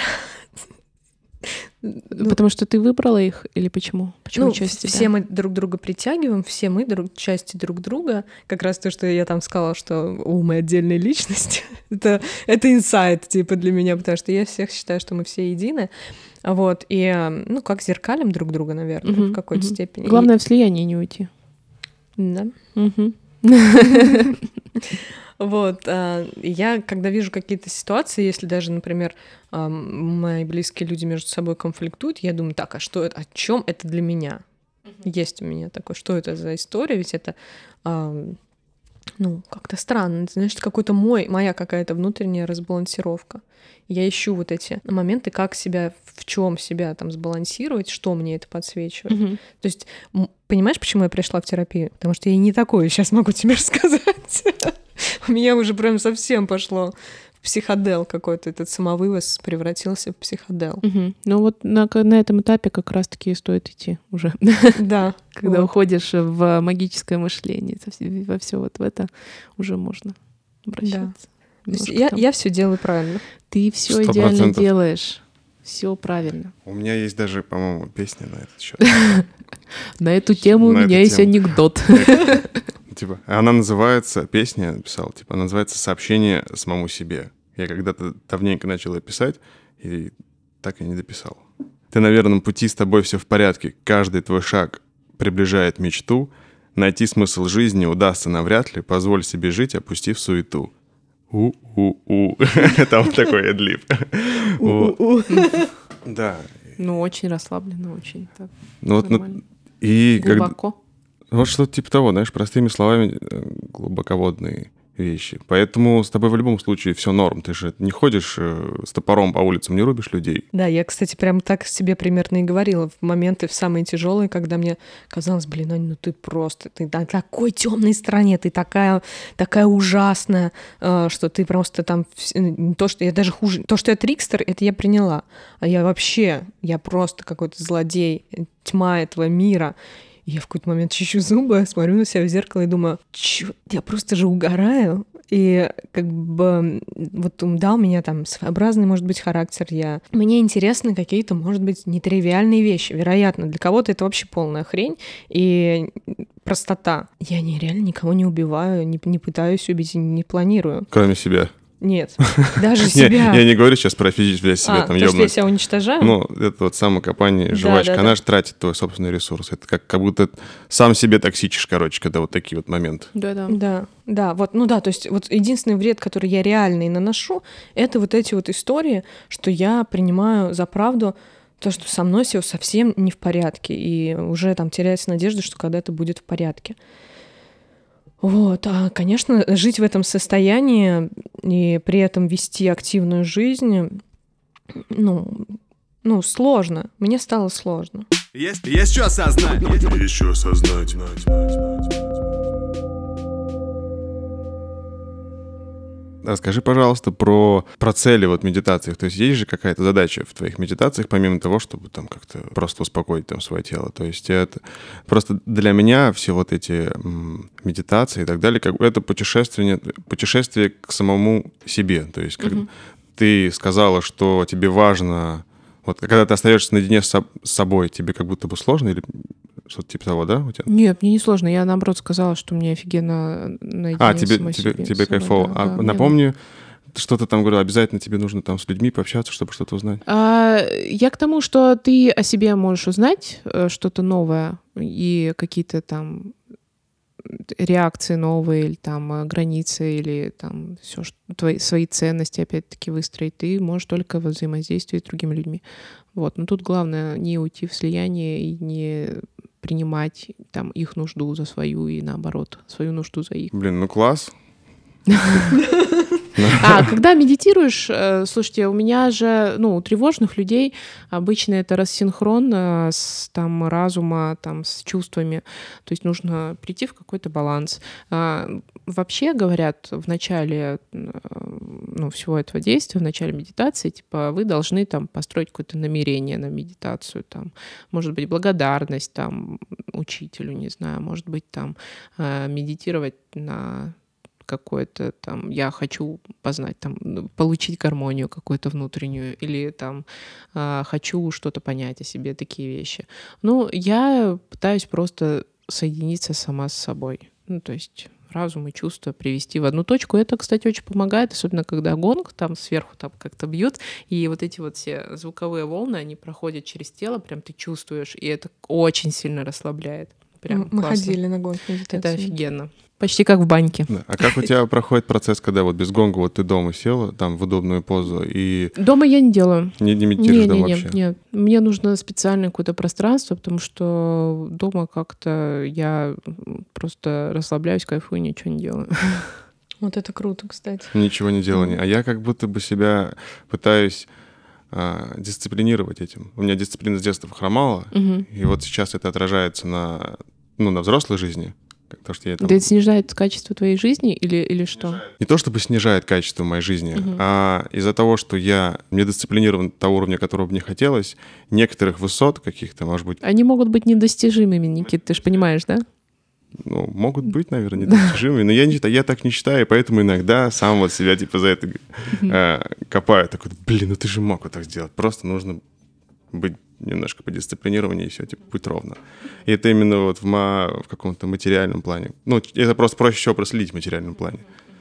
Ну, потому что ты выбрала их или почему? Почему ну, части, все да? мы друг друга притягиваем, все мы друг, части друг друга. Как раз то, что я там сказала, что у мы отдельная личность, это, это инсайт типа для меня, потому что я всех считаю, что мы все едины. Вот, и, ну, как зеркалим друг друга, наверное, угу, в какой-то угу. степени. Главное, и... в слияние не уйти. Да. Угу. Вот, я, когда вижу какие-то ситуации, если даже, например, мои близкие люди между собой конфликтуют, я думаю, так, а что это, о чем это для меня? Uh-huh. Есть у меня такое, что это за история, ведь это, ну, как-то странно, значит, какой-то мой, моя какая-то внутренняя разбалансировка. Я ищу вот эти моменты, как себя, в чем себя там сбалансировать, что мне это подсвечивает. Uh-huh. То есть, понимаешь, почему я пришла в терапию? Потому что я не такое сейчас могу тебе рассказать. У меня уже прям совсем пошло в психодел какой-то. Этот самовывоз превратился в психодел. Угу. Ну вот на, на этом этапе как раз-таки стоит идти уже. Да. Когда вот. Уходишь в магическое мышление, во все вот в это уже можно обращаться. Да. То есть я, я все делаю правильно. Ты все идеально делаешь. Все правильно. У меня есть даже, по-моему, песня на этот счет. На эту тему у меня есть анекдот. Типа, она называется, песня я написал, типа, она называется «Сообщение самому себе». Я когда-то давненько начал ее писать, и так и не дописал. Ты на верном пути, с тобой все в порядке. Каждый твой шаг приближает мечту. Найти смысл жизни удастся навряд ли. Позволь себе жить, опустив суету. У-у-у. Там такой эдлип. У-у-у. Да. Ну, очень расслабленно, очень так. Ну вот, и глубоко. Вот что-то типа того, знаешь, простыми словами глубоководные вещи. Поэтому с тобой в любом случае все норм. Ты же не ходишь с топором по улицам, не рубишь людей. Да, я, кстати, прям так себе примерно и говорила в моменты в самые тяжелые, когда мне казалось, блин, Ань, ну ты просто, ты на такой темной стороне, ты такая, такая ужасная, что ты просто там то, что я даже хуже, то, что я трикстер, это я приняла, а я вообще, я просто какой-то злодей, тьма этого мира. И я в какой-то момент чищу зубы, смотрю на себя в зеркало и думаю, чё, я просто же угораю. И как бы вот да, у меня там своеобразный, может быть, характер. Я... Мне интересны какие-то, может быть, нетривиальные вещи. Вероятно, для кого-то это вообще полная хрень и простота. Я не, реально никого не убиваю, не, не пытаюсь убить и не планирую. Кроме себя. Нет, даже себя. Я не говорю сейчас про физическое себя там ёбнуть. То, что я себя уничтожаю? Ну, это вот самокопание, жвачка, она же тратит твой собственный ресурс. Это как, как будто сам себе токсичишь, короче, когда вот такие вот моменты. Да-да. Да, да, вот, ну да, то есть вот единственный вред, который я реально и наношу, это вот эти вот истории, что я принимаю за правду то, что со мной все совсем не в порядке, и уже там теряется надежда, что когда-то будет в порядке. Вот, а, конечно, жить в этом состоянии и при этом вести активную жизнь, ну, ну, сложно. Мне стало сложно. Есть, есть что осознать. Есть что осознать. Расскажи, пожалуйста, про, про цели вот медитации. То есть есть же какая-то задача в твоих медитациях, помимо того, чтобы там как-то просто успокоить там свое тело. То есть это просто для меня все вот эти м, медитации и так далее, как это путешествие, путешествие к самому себе. То есть как mm-hmm. ты сказала, что тебе важно, вот когда ты остаешься наедине с собой, тебе как будто бы сложно или что-то типа того, да, у тебя? Нет, мне не сложно. Я, наоборот, сказала, что мне офигенно наедине а, тебе, самой тебе, себе. тебе кайфово. Да, а да, напомню, что-то там говорил, обязательно тебе нужно там с людьми пообщаться, чтобы что-то узнать. А, я к тому, что ты о себе можешь узнать э, что-то новое и какие-то там реакции новые, или там э, границы, или там все, что, твои, свои ценности опять-таки выстроить. Ты можешь только во взаимодействии с другими людьми. Вот. Но тут главное не уйти в слияние и не принимать там их нужду за свою и наоборот, свою нужду за их. Блин, ну класс. А, когда медитируешь, э, слушайте, у меня же, ну, у тревожных людей обычно это рассинхрон э, с там разума, там, с чувствами. То есть нужно прийти в какой-то баланс. А, вообще говорят в начале, э, ну, всего этого действия, в начале медитации, типа, вы должны там построить какое-то намерение на медитацию, там, может быть, благодарность там учителю, не знаю, может быть, там э, медитировать на какое-то там, я хочу познать, там, получить гармонию какую-то внутреннюю, или там э, хочу что-то понять о себе, такие вещи. Ну, я пытаюсь просто соединиться сама с собой. Ну, то есть разум и чувства привести в одну точку. Это, кстати, очень помогает, особенно когда гонг там сверху там как-то бьют, и вот эти вот все звуковые волны, они проходят через тело, прям ты чувствуешь, и это очень сильно расслабляет. Прям Мы классно. ходили на гонг медитации. Это офигенно. Почти как в баньке. Да. А как у тебя проходит процесс, когда вот без гонга вот ты дома села, там в удобную позу и Дома я не делаю. не, не медитируешь не, дома не, вообще? Нет, нет. Мне нужно специальное какое-то пространство, потому что дома как-то я просто расслабляюсь, кайфую, ничего не делаю. Вот это круто, кстати. Ничего не делание. А я как будто бы себя пытаюсь а, дисциплинировать этим. У меня дисциплина с детства хромала, Мгм. и вот сейчас это отражается на, ну, на взрослой жизни. Потому что я там... Да это снижает качество твоей жизни или, или что? Не то чтобы снижает качество моей жизни, Мгм. а из-за того, что я не дисциплинирован до того уровня, которого мне хотелось, некоторых высот каких-то, может быть, Они могут быть недостижимыми, Никит, ты же понимаешь, да? ну, могут быть, наверное, недостижимыми, но я, не, я так не считаю, и поэтому иногда сам вот себя типа за это э, копаю. Такой, блин, ну ты же мог вот так сделать. Просто нужно быть немножко подисциплинированнее, и все, типа, будет ровно. И это именно вот в, ма- в каком-то материальном плане. Ну, это просто проще всего проследить в материальном плане.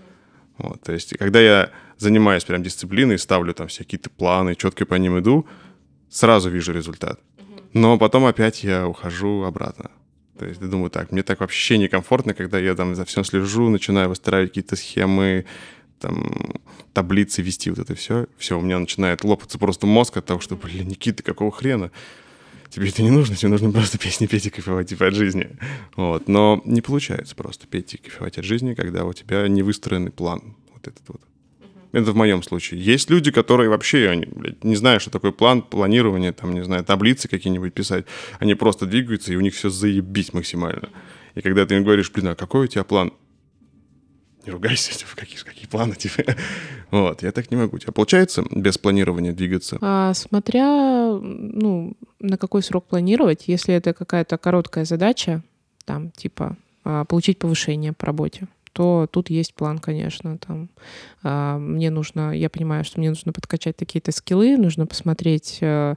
Вот, то есть, когда я занимаюсь прям дисциплиной, ставлю там все какие-то планы, четко по ним иду, сразу вижу результат. Но потом опять я ухожу обратно. То есть, я думаю, так, мне так вообще некомфортно, когда я там за всем слежу, начинаю выстраивать какие-то схемы, там, таблицы вести, вот это все. Все, у меня начинает лопаться просто мозг от того, что, блин, Никита, какого хрена? Тебе это не нужно, тебе нужно просто песни петь и кайфовать типа, от жизни. Вот. Но не получается просто петь и кайфовать от жизни, когда у тебя не выстроенный план. Вот этот вот. Это в моем случае. Есть люди, которые вообще, они, блядь, не знают, что такое план, планирование, там, не знаю, таблицы какие-нибудь писать. Они просто двигаются, и у них все заебись максимально. И когда ты им говоришь, блин, а какой у тебя план? Не ругайся, типа, какие, какие планы, типа. Вот, я так не могу. У тебя получается без планирования двигаться? А, смотря, ну, на какой срок планировать, если это какая-то короткая задача, там, типа, а, получить повышение по работе, то тут есть план, конечно. Там, а, мне нужно, я понимаю, что мне нужно подкачать какие-то скиллы, нужно посмотреть, а,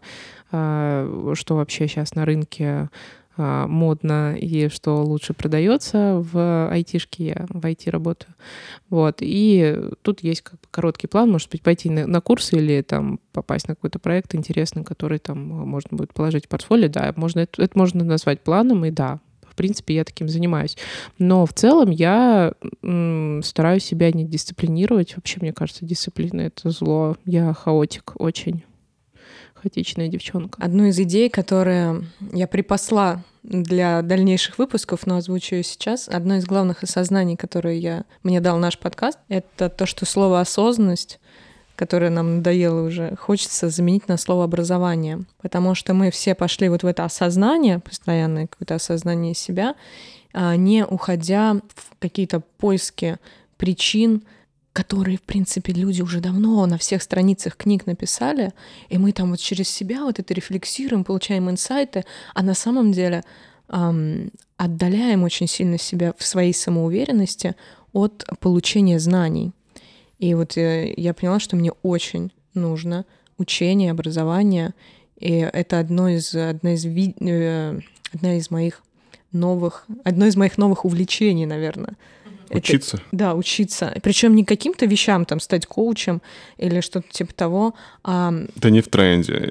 а, что вообще сейчас на рынке а, модно и что лучше продается в айтишке, я в ай ти работаю. Вот. И тут есть как бы короткий план, может быть, пойти на, на курсы или там попасть на какой-то проект интересный, который там можно будет положить в портфолио. Да, можно, это, это можно назвать планом, и да, в принципе, я таким занимаюсь. Но в целом я м, стараюсь себя не дисциплинировать. Вообще, мне кажется, дисциплина — это зло. Я хаотик очень. Хаотичная девчонка. Одну из идей, которые я припасла для дальнейших выпусков, но озвучу ее сейчас, одно из главных осознаний, которые я, мне дал наш подкаст, это то, что слово «осознанность», которое нам надоело уже, хочется заменить на слово «образование». Потому что мы все пошли вот в это осознание, постоянное какое-то осознание себя, не уходя в какие-то поиски причин, которые, в принципе, люди уже давно на всех страницах книг написали, и мы там вот через себя вот это рефлексируем, получаем инсайты, а на самом деле эм, отдаляем очень сильно себя в своей самоуверенности от получения знаний. И вот э, я поняла, что мне очень нужно учение, образование, и это одно из, одно из, ви... э, одна из моих новых, одно из моих новых увлечений, наверное. Учиться. Это, да, учиться. Причем не каким-то вещам, там, стать коучем или что-то типа того. А... Это не в тренде.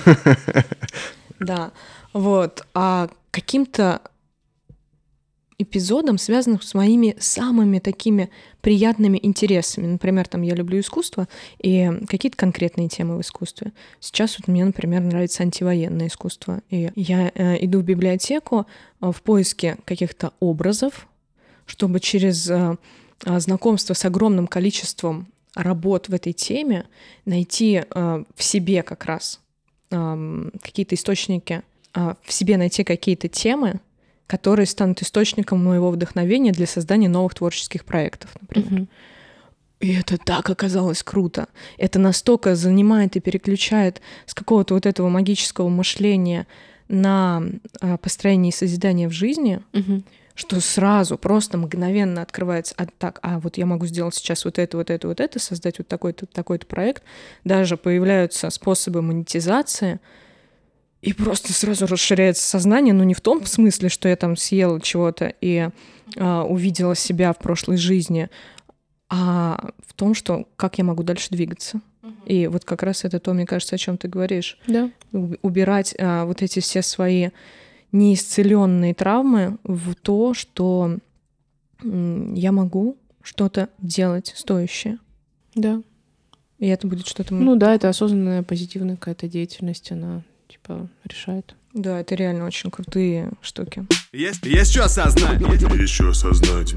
Да, вот. А каким-то эпизодом, связанным с моими самыми такими приятными интересами. Например, там я люблю искусство и какие-то конкретные темы в искусстве. Сейчас вот мне, например, нравится антивоенное искусство. И я э, иду в библиотеку э, в поиске каких-то образов, чтобы через э, знакомство с огромным количеством работ в этой теме найти э, в себе как раз э, какие-то источники, э, в себе найти какие-то темы, которые станут источником моего вдохновения для создания новых творческих проектов, например. Mm-hmm. И это так оказалось круто. Это настолько занимает и переключает с какого-то вот этого магического мышления на а, построение и созидание в жизни, mm-hmm. что сразу просто мгновенно открывается, а так, а вот я могу сделать сейчас вот это, вот это, вот это, создать вот такой-то, такой-то проект. Даже появляются способы монетизации, и просто сразу расширяется сознание, но не в том смысле, что я там съела чего-то и а, увидела себя в прошлой жизни, а в том, что как я могу дальше двигаться. Uh-huh. И вот как раз это то, мне кажется, о чем ты говоришь. Да. Убирать а, вот эти все свои неисцеленные травмы в то, что м, я могу что-то делать стоящее. Да. И это будет что-то... Ну да, это осознанная, позитивная какая-то деятельность, она... типа, решает. Да, это реально очень крутые штуки. Есть, есть что осознать. Есть что осознать.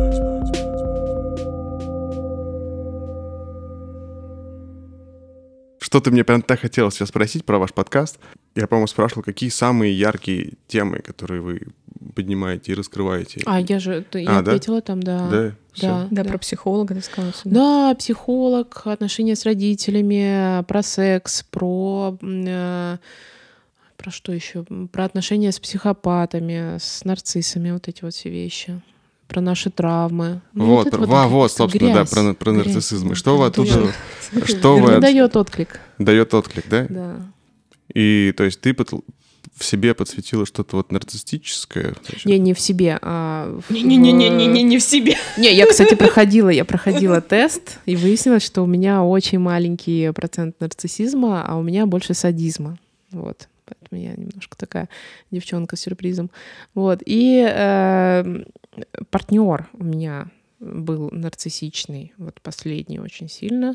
Что ты мне прям так хотелось сейчас спросить про ваш подкаст. Я, по-моему, спрашивал, какие самые яркие темы, которые вы поднимаете и раскрываете. А, я же, я а, ответила да? там, да. Да, да, да, да. Про психолога ты сказала. Да, психолог, отношения с родителями, про секс, про... Э, про что еще? Про отношения с психопатами, с нарциссами, вот эти вот все вещи. Про наши травмы. Ну, вот, вот, вот, вот, собственно, грязь, да, про, про нарциссизм. И что вы оттуда... Что вы... Дает отклик. Дает отклик, да? Да. И, то есть, ты под... в себе подсветила что-то вот нарциссическое? Не, не в себе, а... Не-не-не-не-не, не в себе. Не, я, кстати, проходила, я проходила тест, и выяснилось, что у меня очень маленький процент нарциссизма, а у меня больше садизма. Вот. Поэтому я немножко такая девчонка с сюрпризом. Вот. И э, партнер у меня был нарциссичный, вот последний очень сильно.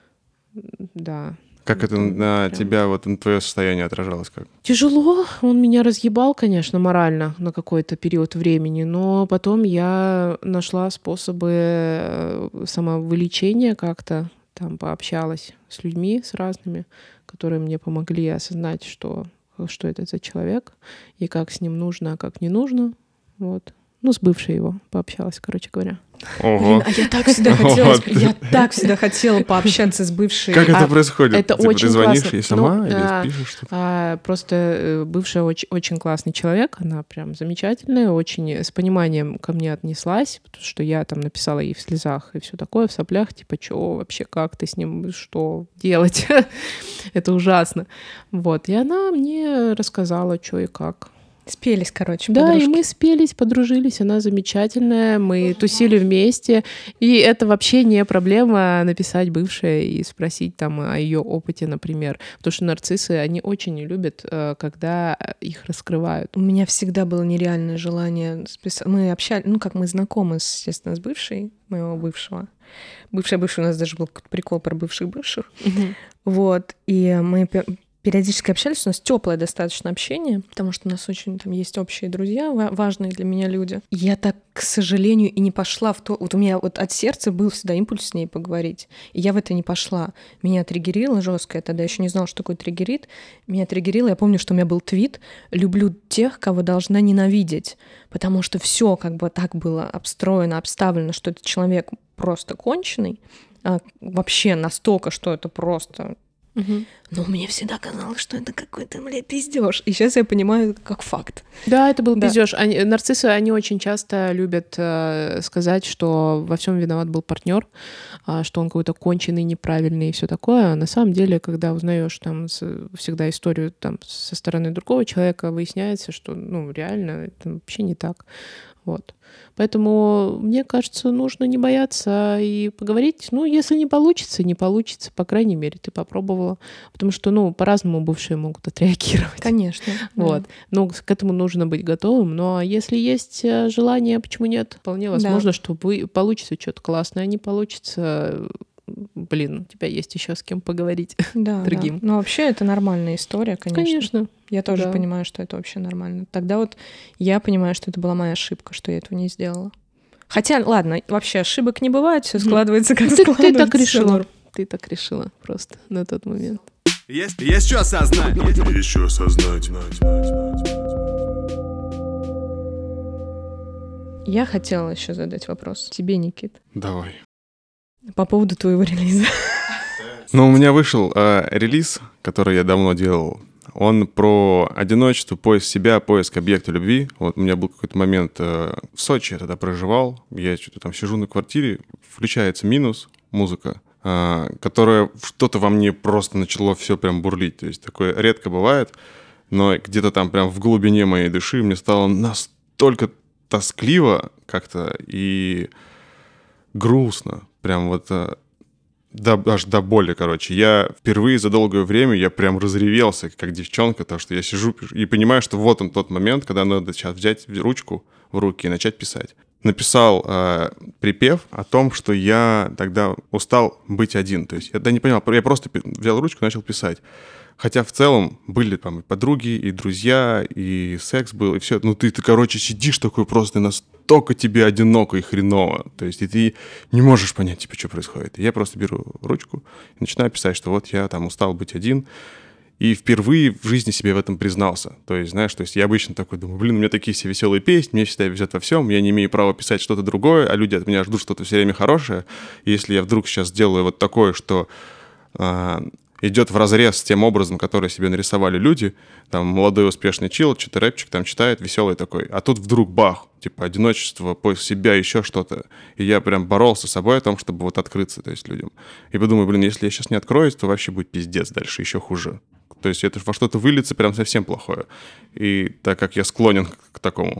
Да. Как это на прям... тебя, вот на твое состояние отражалось? Как? Тяжело. Он меня разъебал, конечно, морально на какой-то период времени, но потом я нашла способы самовылечения как-то, там пообщалась с людьми, с разными, которые мне помогли осознать, что, что это за человек, и как с ним нужно, а как не нужно. Вот. Ну, с бывшей его пообщалась, короче говоря. Ого. Блин, а я так всегда хотела, вот. я так всегда хотела пообщаться с бывшей. Как это а происходит? Это Ты очень звонишь классно. ей сама ну, или а, пишешь что-то? А, просто бывшая очень, очень классный человек, она прям замечательная, очень с пониманием ко мне отнеслась, потому что я там написала ей в слезах и все такое, в соплях, типа, что вообще, как ты с ним, что делать? Это ужасно. Вот, и она мне рассказала, что и как. Спелись, короче, Да, подружки. И мы спелись, подружились, она замечательная, мы тусили вместе, и это вообще не проблема написать бывшей и спросить там о ее опыте, например, потому что нарциссы, они очень не любят, когда их раскрывают. У меня всегда было нереальное желание списать. Мы общались, ну, как мы знакомы, естественно, с бывшей моего бывшего. Бывшая бывшая, у нас даже был какой-то прикол про бывших-бывших. Mm-hmm. Вот, и мы... периодически общались, у нас теплое достаточно общение, потому что у нас очень там есть общие друзья, важные для меня люди. Я так, к сожалению, и не пошла в то... Вот у меня вот от сердца был всегда импульс с ней поговорить, и я в это не пошла. Меня триггерило жестко, я тогда еще не знала, что такое триггерит. Меня триггерило, я помню, что у меня был твит «Люблю тех, кого должна ненавидеть», потому что все как бы так было обстроено, обставлено, что этот человек просто конченый, а вообще настолько, что это просто... Угу. Но мне всегда казалось, что это какой-то, блядь, пиздёж. И сейчас я понимаю, как факт. Да, это был да. пиздёж. Они, нарциссы, они очень часто любят э, сказать, что во всем виноват был партнер, э, что он какой-то конченый, неправильный и все такое. А на самом деле, когда узнаешь там с, всегда историю там со стороны другого человека, выясняется, что, ну, реально это вообще не так. Вот. Поэтому, мне кажется, нужно не бояться и поговорить. Ну, если не получится, не получится. По крайней мере, ты попробовала. Потому что, ну, по-разному бывшие могут отреагировать. Конечно. Вот. Да. Ну, к этому нужно быть готовым. Но если есть желание, почему нет? Вполне возможно, да. что вы получится что-то классное, а не получится... Блин, у тебя есть еще с кем поговорить да, другим. Да. Ну, вообще, это нормальная история, конечно. Конечно. Я тоже да. понимаю, что это вообще нормально. Тогда вот я понимаю, что это была моя ошибка, что я этого не сделала. Хотя, ладно, вообще ошибок не бывает, все складывается как ты, складывается. Ты так решила. Ты так решила просто на тот момент. Есть, есть что осознать. Есть что осознать. Я хотела еще задать вопрос тебе, Никит. Давай. По поводу твоего релиза. Ну, у меня вышел э, релиз, который я давно делал. Он про одиночество, поиск себя, поиск объекта любви. Вот у меня был какой-то момент э, в Сочи, я тогда проживал. Я что-то там сижу на квартире, включается минус, музыка, э, которая что-то во мне просто начало все прям бурлить. То есть такое редко бывает, но где-то там прям в глубине моей души мне стало настолько тоскливо как-то и грустно. Прям вот до, аж до боли, короче. Я впервые за долгое время, я прям разревелся, как девчонка, потому что я сижу и понимаю, что вот он тот момент, когда надо сейчас взять ручку в руки и начать писать. Написал э, припев о том, что я тогда устал быть один. То есть я да, не понял, я просто взял ручку и начал писать. Хотя в целом были там и подруги, и друзья, и секс был, и все. Ну ты, ты, короче, сидишь такой просто, и настолько тебе одиноко и хреново. То есть и ты не можешь понять, типа, что происходит. И я просто беру ручку и начинаю писать, что вот я там устал быть один. И впервые в жизни себе в этом признался. То есть, знаешь, то есть я обычно такой думаю, блин, у меня такие все веселые песни, мне всегда везет во всем, я не имею права писать что-то другое, а люди от меня ждут что-то все время хорошее. И если я вдруг сейчас сделаю вот такое, что... А, идет вразрез с тем образом, который себе нарисовали люди, там молодой успешный чил, что-то рэпчик там читает, веселый такой, а тут вдруг бах, типа одиночество, поиск себя, еще что-то, и я прям боролся с собой о том, чтобы вот открыться, то есть людям. И подумаю, блин, если я сейчас не откроюсь, то вообще будет пиздец дальше, еще хуже. То есть это во что-то выльется прям совсем плохое. И так как я склонен к такому,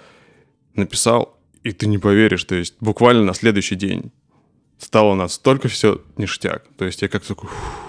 написал, и ты не поверишь, то есть буквально на следующий день стало настолько все ништяк, то есть я как такой...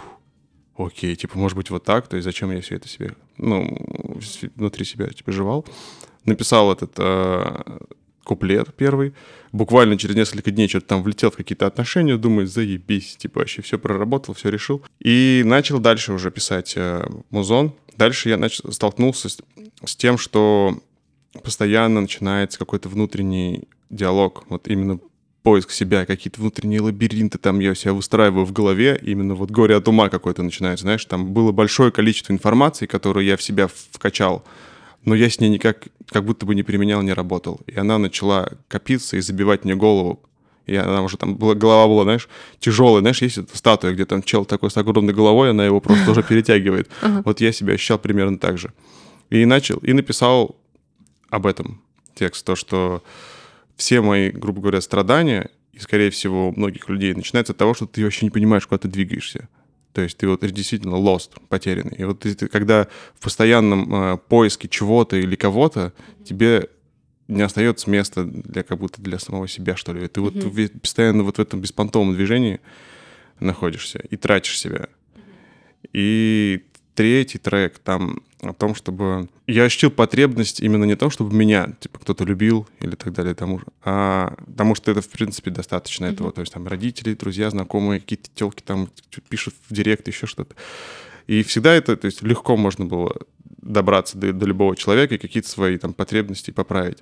Окей, типа, может быть, вот так, то есть зачем я все это себе, ну, внутри себя, типа, жевал. Написал этот э, куплет первый, буквально через несколько дней что-то там влетел в какие-то отношения, думаю, заебись, типа, вообще все проработал, все решил. И начал дальше уже писать э, музон. Дальше я начал, столкнулся с, с тем, что постоянно начинается какой-то внутренний диалог, вот именно поиск себя, какие-то внутренние лабиринты, там я себя выстраиваю в голове, именно вот горе от ума какое-то начинается, знаешь, там было большое количество информации, которую я в себя вкачал, но я с ней никак, как будто бы не применял, не работал, и она начала копиться и забивать мне голову, и она уже там, была, голова была, знаешь, тяжелая, знаешь, есть эта статуя, где там чел такой с огромной головой, она его просто уже перетягивает, вот я себя ощущал примерно так же, и начал, и написал об этом текст, то, что все мои, грубо говоря, страдания, и, скорее всего, у многих людей, начинаются от того, что ты вообще не понимаешь, куда ты двигаешься. То есть ты вот действительно lost, потерянный. И вот ты, ты, когда в постоянном э, поиске чего-то или кого-то, тебе не остается места для, как будто для самого себя, что ли. Ты mm-hmm. вот постоянно вот в этом беспонтовом движении находишься и тратишь себя. Mm-hmm. И третий трек там о том, чтобы... Я ощутил потребность именно не в том, чтобы меня, типа, кто-то любил или так далее, тому же, а потому что это, в принципе, достаточно mm-hmm. этого. То есть там родители, друзья, знакомые, какие-то тёлки там пишут в директ, еще что-то. И всегда это, то есть легко можно было добраться до, до любого человека и какие-то свои там потребности поправить.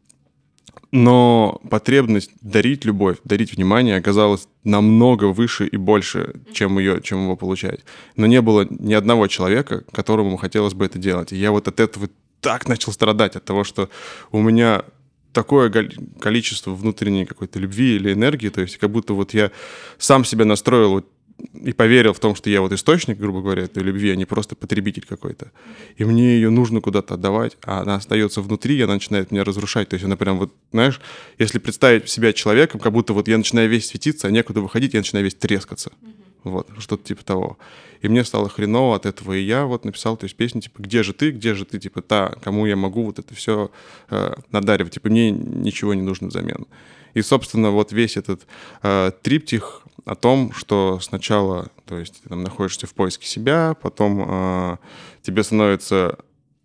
Но потребность дарить любовь, дарить внимание оказалась намного выше и больше, чем, ее, чем его получать. Но не было ни одного человека, которому хотелось бы это делать. И я вот от этого так начал страдать, от того, что у меня такое количество внутренней какой-то любви или энергии, то есть как будто вот я сам себя настроил вот и поверил в том, что я вот источник, грубо говоря, этой любви, а не просто потребитель какой-то. И мне ее нужно куда-то отдавать, а она остается внутри, и она начинает меня разрушать. То есть она прям вот, знаешь, если представить себя человеком, как будто вот я начинаю весь светиться, а некуда выходить, я начинаю весь трескаться. вот, что-то типа того. И мне стало хреново от этого, и я вот написал, то есть, песню, типа, где же ты, где же ты, типа, та, кому я могу вот это все э, надаривать, типа, мне ничего не нужно взамен. И, собственно, вот весь этот э, триптих о том, что сначала, то есть, ты там находишься в поиске себя, потом э, тебе становится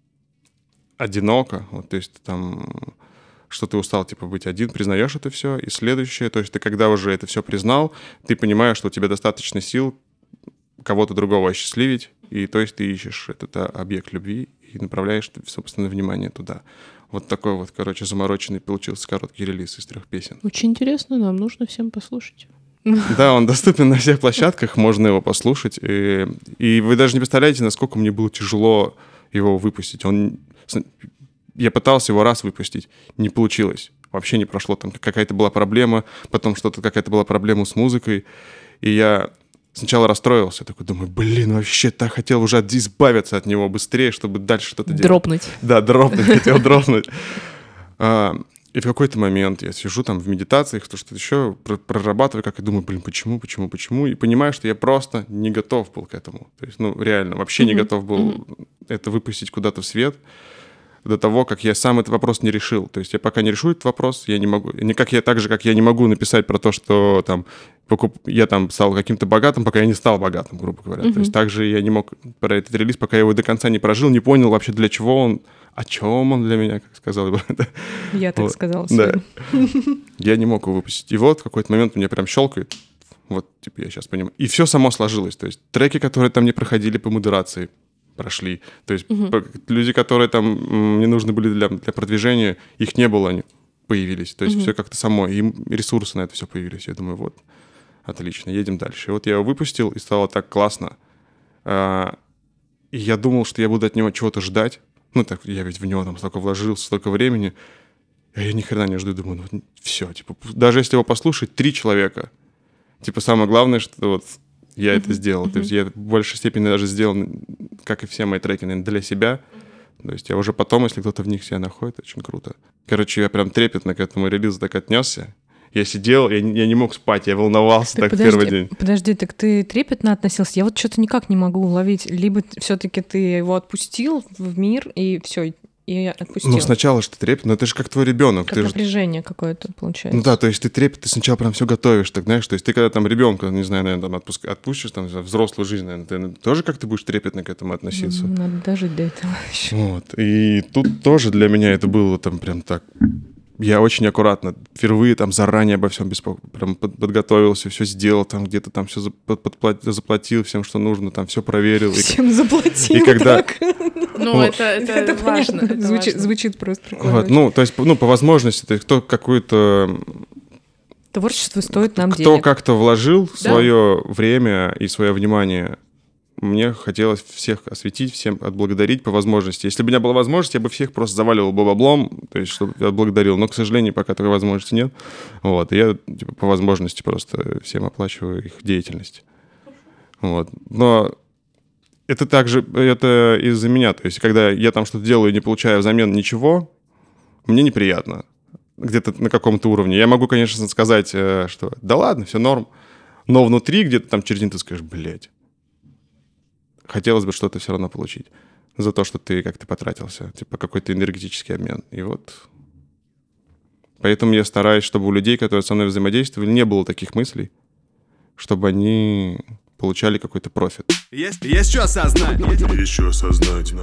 одиноко, вот, то есть, там, что ты устал, типа, быть один, признаешь это все, и следующее, то есть, ты когда уже это все признал, ты понимаешь, что у тебя достаточно сил кого-то другого осчастливить, и то есть ты ищешь этот объект любви и направляешь, собственно, внимание туда. Вот такой вот, короче, замороченный получился короткий релиз из трех песен. Очень интересно, нам нужно всем послушать. Да, он доступен на всех площадках, можно его послушать. И, и вы даже не представляете, насколько мне было тяжело его выпустить. Он, я пытался его раз выпустить, не получилось. Вообще не прошло. Там какая-то была проблема, потом что-то, какая-то была проблема с музыкой. И я сначала расстроился, такой думаю, блин, вообще так хотел уже избавиться от него быстрее, чтобы дальше что-то делать. Дропнуть. Да, дропнуть, хотел дропнуть. И в какой-то момент я сижу там в медитациях, то что-то еще прорабатываю, как и думаю, блин, почему, почему, почему, и понимаю, что я просто не готов был к этому. То есть, ну, реально, вообще не готов был это выпустить куда-то в свет до того, как я сам этот вопрос не решил. То есть я пока не решу этот вопрос, я не могу... Не как я, так же, как я не могу написать про то, что там, покуп... я там стал каким-то богатым, пока я не стал богатым, грубо говоря. Mm-hmm. То есть также я не мог про этот релиз, пока я его до конца не прожил, не понял вообще, для чего он, о чем он для меня, как сказал бы. Я так вот. сказала. Да. Я не мог его выпустить. И вот в какой-то момент у меня прям щелкает. Вот, типа, я сейчас понимаю. И все само сложилось. То есть треки, которые там не проходили по модерации, прошли. То есть uh-huh. люди, которые там не нужны были для, для продвижения, их не было, они появились. То есть uh-huh. все как-то само, и ресурсы на это все появились. Я думаю, вот, отлично, едем дальше. И вот я его выпустил, и стало так классно. А, и я думал, что я буду от него чего-то ждать. Ну, так я ведь в него там столько вложился, столько времени. А я ни хрена не жду, думаю, ну все, типа, даже если его послушать три человека, типа, самое главное, что вот я uh-huh. это сделал. Uh-huh. То есть я в большей степени даже сделал, как и все мои треки, наверное, для себя. То есть я уже потом, если кто-то в них себя находит, очень круто. Короче, я прям трепетно к этому релизу так отнесся. Я сидел, я, я не мог спать, я волновался так, так подожди, первый день. Подожди, так ты трепетно относился? Я вот что-то никак не могу уловить. Либо все-таки ты его отпустил в мир, и все, и отпустил. Ну, сначала что трепет, но это же как твой ребенок. Как ты напряжение же... какое-то получается. Ну да, то есть ты трепет, ты сначала прям все готовишь, так знаешь, то есть ты когда там ребенка, не знаю, наверное, там отпуск... отпустишь, там, взрослую жизнь, наверное, ты тоже как-то будешь трепетно к этому относиться. Ну, надо дожить до этого еще. Вот, и тут тоже для меня это было там прям так... Я очень аккуратно, впервые там заранее обо всем беспо... прям подготовился, все сделал, там где-то там все заплатил всем, что нужно, там все проверил. Всем и... заплатил, и когда... так? Ну, вот. это, это, это важно. Это звучит, важно. звучит просто прикольно. Вот, ну, то есть, ну, по возможности, то есть, кто какую-то... Творчество стоит нам кто денег. Кто как-то вложил да? свое время и свое внимание, мне хотелось всех осветить, всем отблагодарить по возможности. Если бы у меня была возможность, я бы всех просто заваливал баблом, то есть, чтобы я отблагодарил. Но, к сожалению, пока такой возможности нет. Вот, и я типа, по возможности просто всем оплачиваю их деятельность. Вот. Но это также, это из-за меня. То есть, когда я там что-то делаю и не получаю взамен ничего, мне неприятно. Где-то на каком-то уровне. Я могу, конечно, сказать, что да ладно, все норм. Но внутри где-то там через день ты скажешь, блядь. Хотелось бы что-то все равно получить за то, что ты как-то потратился. Типа какой-то энергетический обмен. И вот... Поэтому я стараюсь, чтобы у людей, которые со мной взаимодействовали, не было таких мыслей, чтобы они получали какой-то профит. Есть, есть что осознать. Есть что осознать.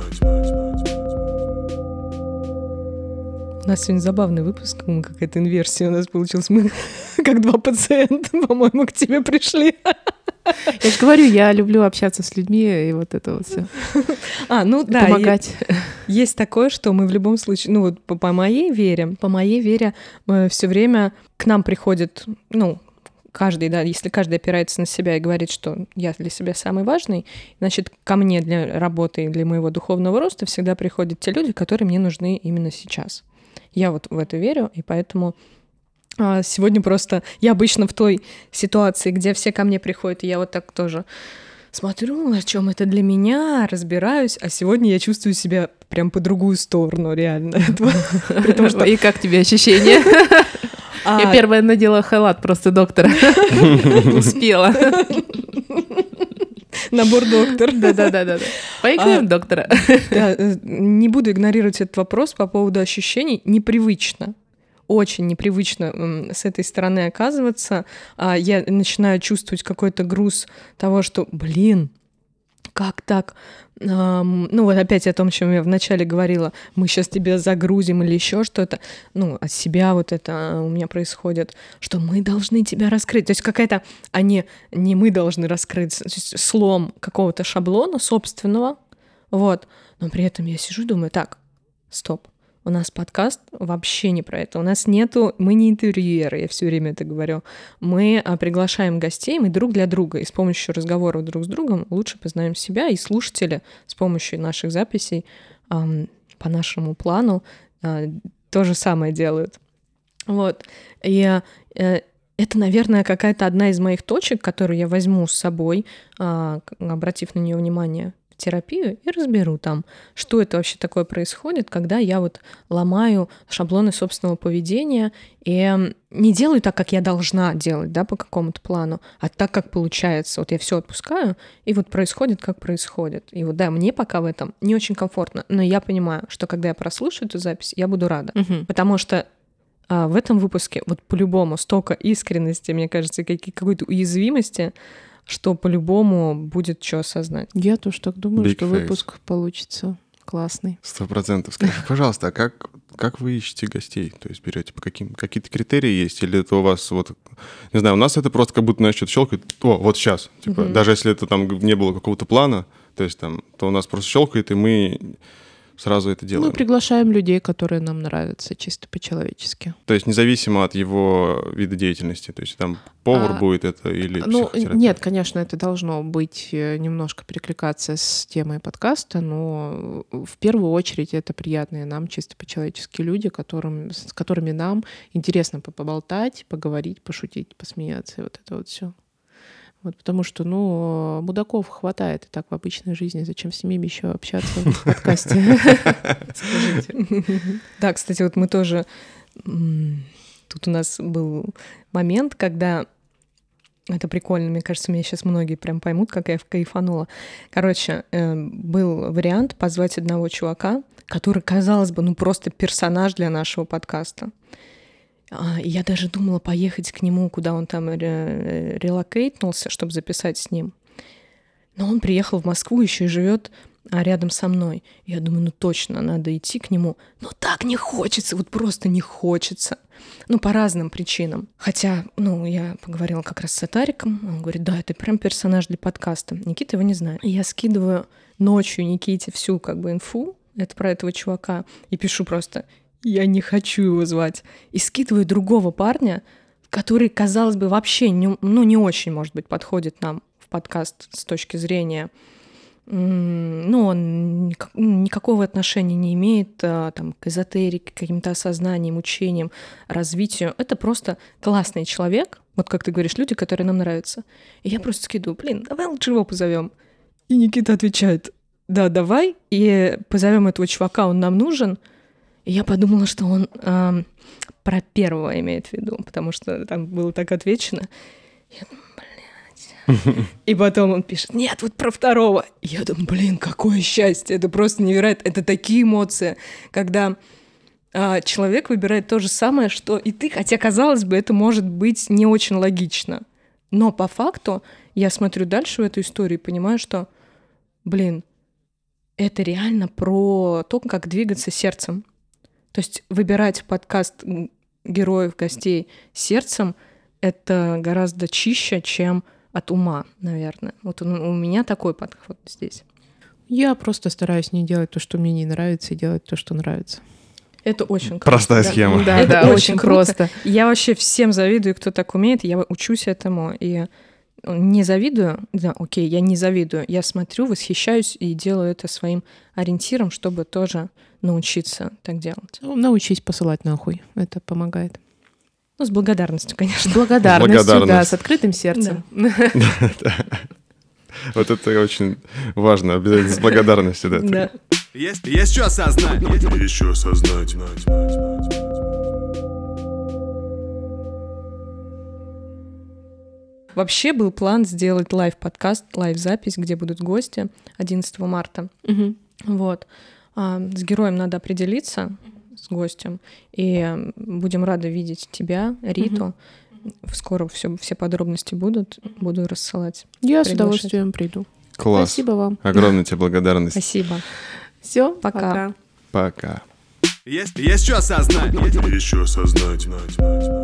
У нас сегодня забавный выпуск, какая-то инверсия у нас получилась. Мы как два пациента, по-моему, к тебе пришли. Я же говорю, я люблю общаться с людьми и вот это вот все. А, ну да. Помогать. Есть такое, что мы в любом случае, ну вот по, по моей вере, по моей вере все время к нам приходит, ну, каждый, да, если каждый опирается на себя и говорит, что я для себя самый важный, значит, ко мне для работы и для моего духовного роста всегда приходят те люди, которые мне нужны именно сейчас. Я вот в это верю, и поэтому а, сегодня просто... Я обычно в той ситуации, где все ко мне приходят, и я вот так тоже смотрю, о чем это для меня, разбираюсь, а сегодня я чувствую себя прям по другую сторону, реально. И как тебе ощущения? Я первая надела халат просто доктора. Успела. Набор доктор. Да-да-да. Поиграем в доктора. Да, не буду игнорировать этот вопрос по поводу ощущений. Непривычно. Очень непривычно с этой стороны оказываться. Я начинаю чувствовать какой-то груз того, что, блин, как так? Ну, вот опять о том, о чем я вначале говорила. Мы сейчас тебя загрузим или еще что-то. Ну, от себя вот это у меня происходит, что мы должны тебя раскрыть. То есть какая-то, а не, не мы должны раскрыть, то есть слом какого-то шаблона собственного. Вот. Но при этом я сижу и думаю, так, стоп. У нас подкаст вообще не про это. У нас нету... Мы не интервьюеры, я все время это говорю. Мы а, приглашаем гостей, мы друг для друга. И с помощью разговоров друг с другом лучше познаем себя. И слушатели с помощью наших записей а, по нашему плану а, то же самое делают. Вот. И а, это, наверное, какая-то одна из моих точек, которую я возьму с собой, а, обратив на нее внимание, терапию и разберу там, что это вообще такое происходит, когда я вот ломаю шаблоны собственного поведения и не делаю так, как я должна делать, да, по какому-то плану, а так, как получается. Вот я все отпускаю, и вот происходит, как происходит. И вот да, мне пока в этом не очень комфортно, но я понимаю, что когда я прослушаю эту запись, я буду рада, угу. потому что а, в этом выпуске вот по-любому столько искренности, мне кажется, какой-то уязвимости, что по-любому будет что осознать. Я тоже так думаю, Big что face. Выпуск получится классный. Сто процентов. Скажи, пожалуйста, а как, как вы ищете гостей? То есть берете по каким... Какие-то критерии есть? Или это у вас вот... Не знаю, у нас это просто как будто, знаешь, что-то щелкает. О, вот сейчас. Типа, mm-hmm. Даже если это там не было какого-то плана, то есть там, то у нас просто щелкает, и мы сразу это делаем. Мы приглашаем людей, которые нам нравятся, чисто по-человечески. То есть независимо от его вида деятельности? То есть там повар а, будет это или ну, психотерапевт? Нет, конечно, это должно быть немножко перекликаться с темой подкаста, но в первую очередь это приятные нам чисто по-человечески люди, которым, с которыми нам интересно поболтать, поговорить, пошутить, посмеяться, и вот это вот все. Вот, потому что, ну, мудаков хватает и так в обычной жизни. Зачем с ними еще общаться в подкасте? Скажите. Да, кстати, вот мы тоже... Тут у нас был момент, когда... Это прикольно, мне кажется, меня сейчас многие прям поймут, как я кайфанула. Короче, был вариант позвать одного чувака, который, казалось бы, ну просто персонаж для нашего подкаста. Я даже думала поехать к нему, куда он там релокейтнулся, чтобы записать с ним. Но он приехал в Москву, еще и живет рядом со мной. Я думаю, ну точно, надо идти к нему. Но так не хочется, вот просто не хочется. Ну, по разным причинам. Хотя, ну, я поговорила как раз с Сатариком. Он говорит, да, это прям персонаж для подкаста. Никита его не знает. И я скидываю ночью Никите всю как бы инфу это про этого чувака и пишу просто... Я не хочу его звать. И скидываю другого парня, который, казалось бы, вообще не, ну, не очень, может быть, подходит нам в подкаст с точки зрения... Ну, он никак, никакого отношения не имеет там, к эзотерике, к каким-то осознаниям, учениям, развитию. Это просто классный человек, вот как ты говоришь, люди, которые нам нравятся. И я просто скидываю, блин, давай лучше его позовем. И Никита отвечает, да, давай, и позовем этого чувака, он нам нужен. И я подумала, что он э, про первого имеет в виду, потому что там было так отвечено. Я думаю, блядь. И потом он пишет, нет, вот про второго. И я думаю, блин, какое счастье, это просто невероятно. Это такие эмоции, когда э, человек выбирает то же самое, что и ты, хотя, казалось бы, это может быть не очень логично. Но по факту я смотрю дальше в эту историю и понимаю, что, блин, это реально про то, как двигаться сердцем. То есть выбирать подкаст героев, гостей сердцем — это гораздо чище, чем от ума, наверное. Вот у меня такой подход здесь. Я просто стараюсь не делать то, что мне не нравится, и делать то, что нравится. Это очень круто. Простая да. схема. Да, это да, очень, очень круто. просто. Я вообще всем завидую, кто так умеет. Я учусь этому. И не завидую. Да, окей, я не завидую. Я смотрю, восхищаюсь и делаю это своим ориентиром, чтобы тоже научиться так делать. Ну, научись посылать нахуй. Это помогает. Ну, с благодарностью, конечно. С благодарностью, Благодарность. да, с открытым сердцем. Вот это очень важно, обязательно с благодарностью. Да. Есть, есть что осознать. Есть что осознать. Вообще был план сделать лайв-подкаст, лайв-запись, где будут гости одиннадцатого марта. Мгм. Вот. А, с героем надо определиться, с гостем, и будем рады видеть тебя, Риту. Скоро все, все подробности будут, буду рассылать. Я с Приглашать. удовольствием приду. Класс. Спасибо вам. Огромная тебе благодарность. Спасибо. Все, Пока. пока. Пока. Есть, есть что осознать. Есть что осознать.